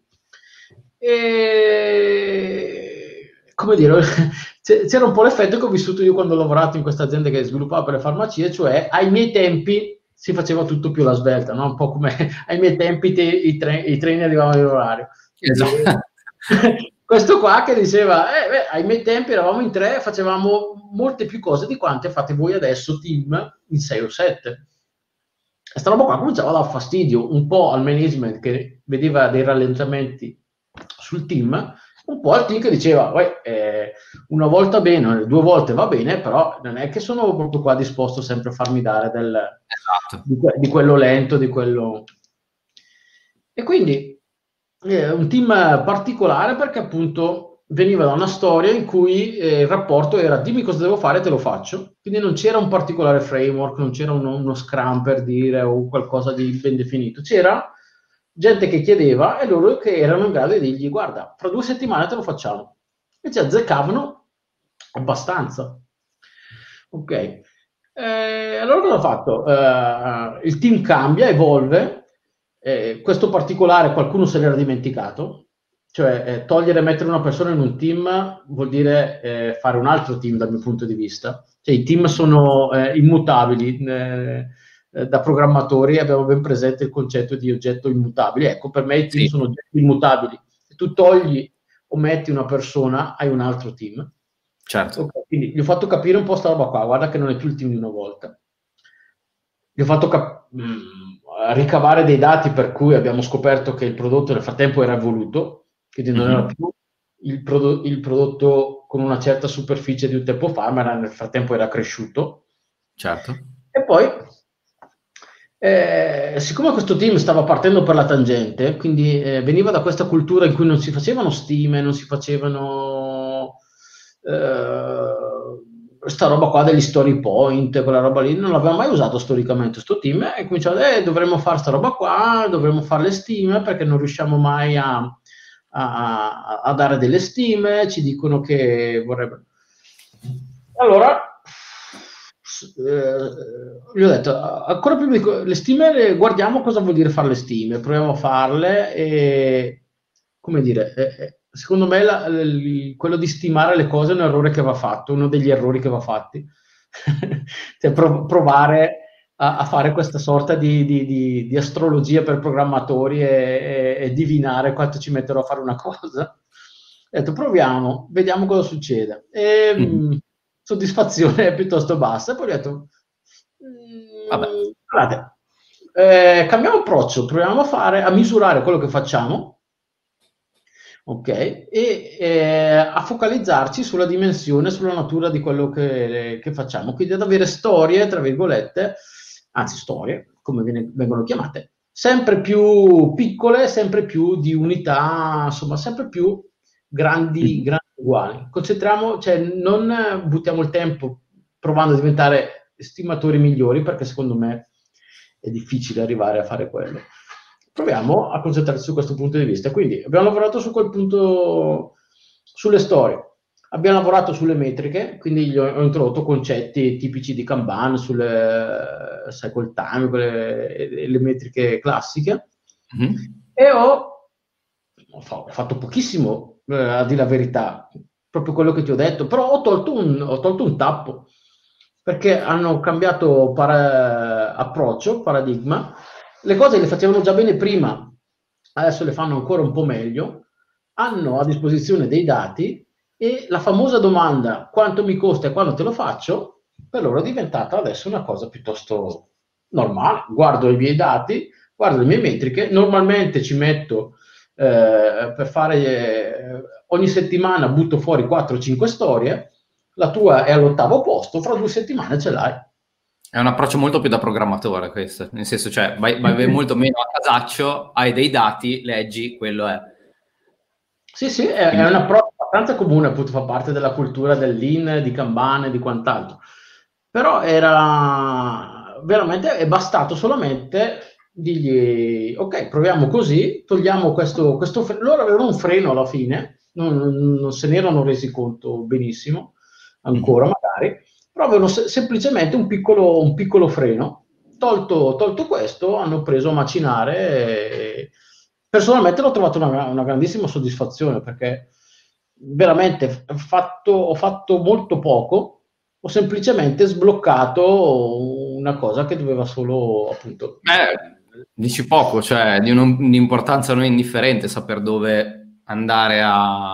E come dire, c'era un po' l'effetto che ho vissuto io quando ho lavorato in questa azienda che sviluppava per le farmacie, cioè ai miei tempi si faceva tutto più alla svelta, no? Un po' come ai miei tempi te, i, tre, i treni arrivavano in orario. Quindi, Esatto. questo qua che diceva, eh, beh, ai miei tempi eravamo in tre, facevamo molte più cose di quante fate voi adesso, team, in sei o sette. E sta roba qua cominciava a dar fastidio un po' al management che vedeva dei rallentamenti sul team, un po' al team che diceva, eh, una volta bene, due volte va bene, però non è che sono proprio qua disposto sempre a farmi dare del, Esatto. di, que- di quello lento, di quello... E quindi è un team particolare perché appunto veniva da una storia in cui eh, il rapporto era dimmi cosa devo fare e te lo faccio, quindi non c'era un particolare framework, non c'era uno, uno scrum per dire o qualcosa di ben definito, c'era gente che chiedeva e loro che erano in grado di dirgli guarda, fra due settimane te lo facciamo e ci azzeccavano abbastanza. Ok, eh, allora cosa ho fatto? Eh, il team cambia, evolve. Eh, questo particolare qualcuno se l'era dimenticato, cioè eh, togliere e mettere una persona in un team vuol dire eh, fare un altro team dal mio punto di vista. Cioè, i team sono eh, immutabili, eh, eh, da programmatori abbiamo ben presente il concetto di oggetto immutabile. Ecco, per me i team Sì. sono oggetti immutabili. Se tu togli o metti una persona, hai un altro team. Certo. Okay, quindi gli ho fatto capire un po' sta roba qua, guarda che non è più il team di una volta. Gli ho fatto cap- mh, ricavare dei dati per cui abbiamo scoperto che il prodotto nel frattempo era evoluto, quindi non Mm-hmm. era più il, prodo- il prodotto con una certa superficie di un tempo fa, ma nel frattempo era cresciuto. Certo. E poi, eh, siccome questo team stava partendo per la tangente, quindi eh, veniva da questa cultura in cui non si facevano stime, non si facevano eh, sta roba qua degli story point, quella roba lì, non l'aveva mai usato storicamente sto team, e cominciava a dire eh, dovremmo fare sta roba qua, dovremmo fare le stime perché non riusciamo mai a, a, a, a dare delle stime, ci dicono che vorrebbero. Allora, eh, gli ho detto, ancora più dico, le stime, guardiamo cosa vuol dire fare le stime, proviamo a farle e, come dire, eh, secondo me la, l- quello di stimare le cose è un errore che va fatto, uno degli errori che va fatti. Cioè, prov- provare a, a fare questa sorta di, di- di- di astrologia per programmatori e, e- e divinare quanto ci metterò a fare una cosa. Ho detto, proviamo, vediamo cosa succede. E, Mm-hmm. mh, soddisfazione piuttosto bassa. E poi ho detto, Vabbè. "Mm, guardate, eh, cambiamo approccio, proviamo a fare, a misurare quello che facciamo, ok? E eh, a focalizzarci sulla dimensione, sulla natura di quello che, che facciamo. Quindi ad avere storie, tra virgolette, anzi storie, come viene- vengono chiamate, sempre più piccole, sempre più di unità, insomma, sempre più grandi, Mm-hmm. grandi uguali. Concentriamo, cioè non buttiamo il tempo provando a diventare stimatori migliori, perché secondo me è difficile arrivare a fare quello. Proviamo a concentrarci su questo punto di vista. Quindi abbiamo lavorato su quel punto, sulle storie. Abbiamo lavorato sulle metriche, quindi gli ho, ho introdotto concetti tipici di Kanban, sulle cycle time, quelle, le metriche classiche, Mm-hmm. e ho, ho fa- ho fatto pochissimo, eh, a dire la verità, proprio quello che ti ho detto, però ho tolto un, ho tolto un tappo, perché hanno cambiato para- approccio, paradigma, le cose le facevano già bene prima, adesso le fanno ancora un po' meglio, hanno a disposizione dei dati e la famosa domanda quanto mi costa e quando te lo faccio, per loro è diventata adesso una cosa piuttosto normale. Guardo i miei dati, guardo le mie metriche, normalmente ci metto eh, per fare eh, ogni settimana butto fuori quattro cinque storie, la tua è all'ottavo posto, fra due settimane ce l'hai. È un approccio molto più da programmatore questo, nel senso, cioè, vai, vai molto meno a casaccio, hai dei dati, leggi, quello è. Sì, sì, è, è Quindi, un approccio abbastanza comune, appunto, fa parte della cultura del lean, di Kanban e di quant'altro. Però era veramente, è bastato solamente dirgli, ok, proviamo così, togliamo questo, questo freno. Loro avevano un freno alla fine, non, non se ne erano resi conto benissimo, ancora mm-hmm. magari, però avevano se- semplicemente un piccolo, un piccolo freno. Tolto, tolto questo, hanno preso a macinare. E, personalmente l'ho trovato una, una grandissima soddisfazione, perché veramente fatto, ho fatto molto poco, ho semplicemente sbloccato una cosa che doveva solo, appunto... Beh, dici poco, cioè di un'importanza non indifferente saper dove andare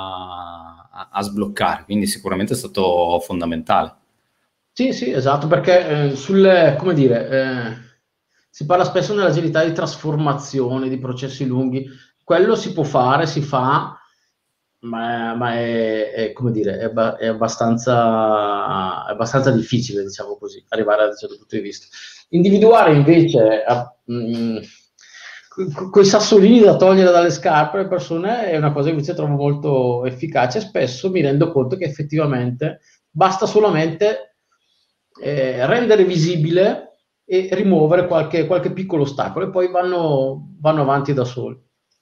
a, a, a sbloccare, quindi sicuramente è stato fondamentale. Sì, sì, esatto, perché eh, sul, come dire, eh, si parla spesso nell'agilità di trasformazione, di processi lunghi. Quello si può fare, si fa, ma, ma è, è, come dire, è, ba- è abbastanza, è abbastanza difficile, diciamo così, arrivare da un certo punto di vista. Individuare invece a- mh, co- coi sassolini da togliere dalle scarpe alle persone è una cosa che invece trovo molto efficace. Spesso mi rendo conto che effettivamente basta solamente eh, rendere visibile e rimuovere qualche, qualche piccolo ostacolo, e poi vanno, vanno avanti da soli.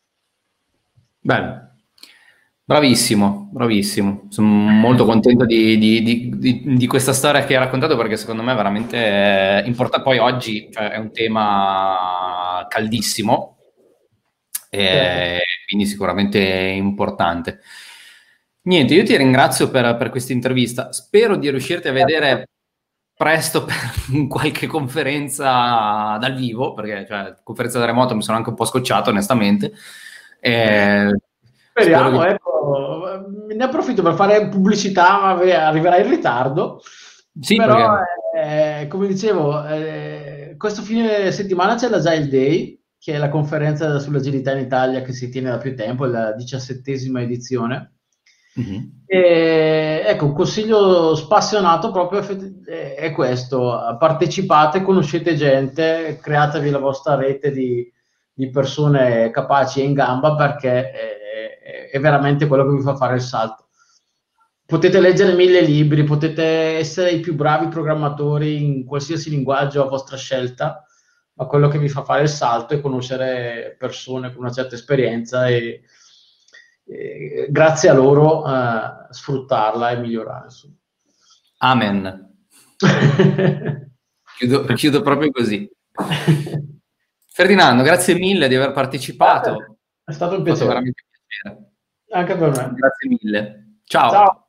Bene, bravissimo, bravissimo. Sono molto contento di, di- di- di- di questa storia che hai raccontato, perché secondo me è veramente importante. Poi oggi, cioè, è un tema caldissimo, Certo. e quindi sicuramente importante. Niente, io ti ringrazio per, per questa intervista. Spero di riuscirti a vedere presto per qualche conferenza dal vivo, perché cioè, conferenza da remoto mi sono anche un po' scocciato, onestamente. Eh, Speriamo, che... ecco, ne approfitto per fare pubblicità, ma arriverà in ritardo. Sì, Però, perché... eh, come dicevo, eh, questo fine settimana c'è l'Agile Day, che è la conferenza sull'agilità in Italia che si tiene da più tempo, è la diciassettesima edizione. Mm-hmm. E, ecco, un consiglio spassionato proprio è, è questo: partecipate, conoscete gente, createvi la vostra rete di, di persone capaci e in gamba, perché è, è, è veramente quello che vi fa fare il salto. Potete leggere mille libri, potete essere i più bravi programmatori in qualsiasi linguaggio a vostra scelta, ma quello che vi fa fare il salto è conoscere persone con una certa esperienza e, e grazie a loro uh, sfruttarla e migliorare. Insomma. Amen. chiudo, chiudo proprio così. Ferdinando, grazie mille di aver partecipato. È stato un Mi ha fatto piacere. veramente piacere. Anche per me. Grazie mille. Ciao. Ciao.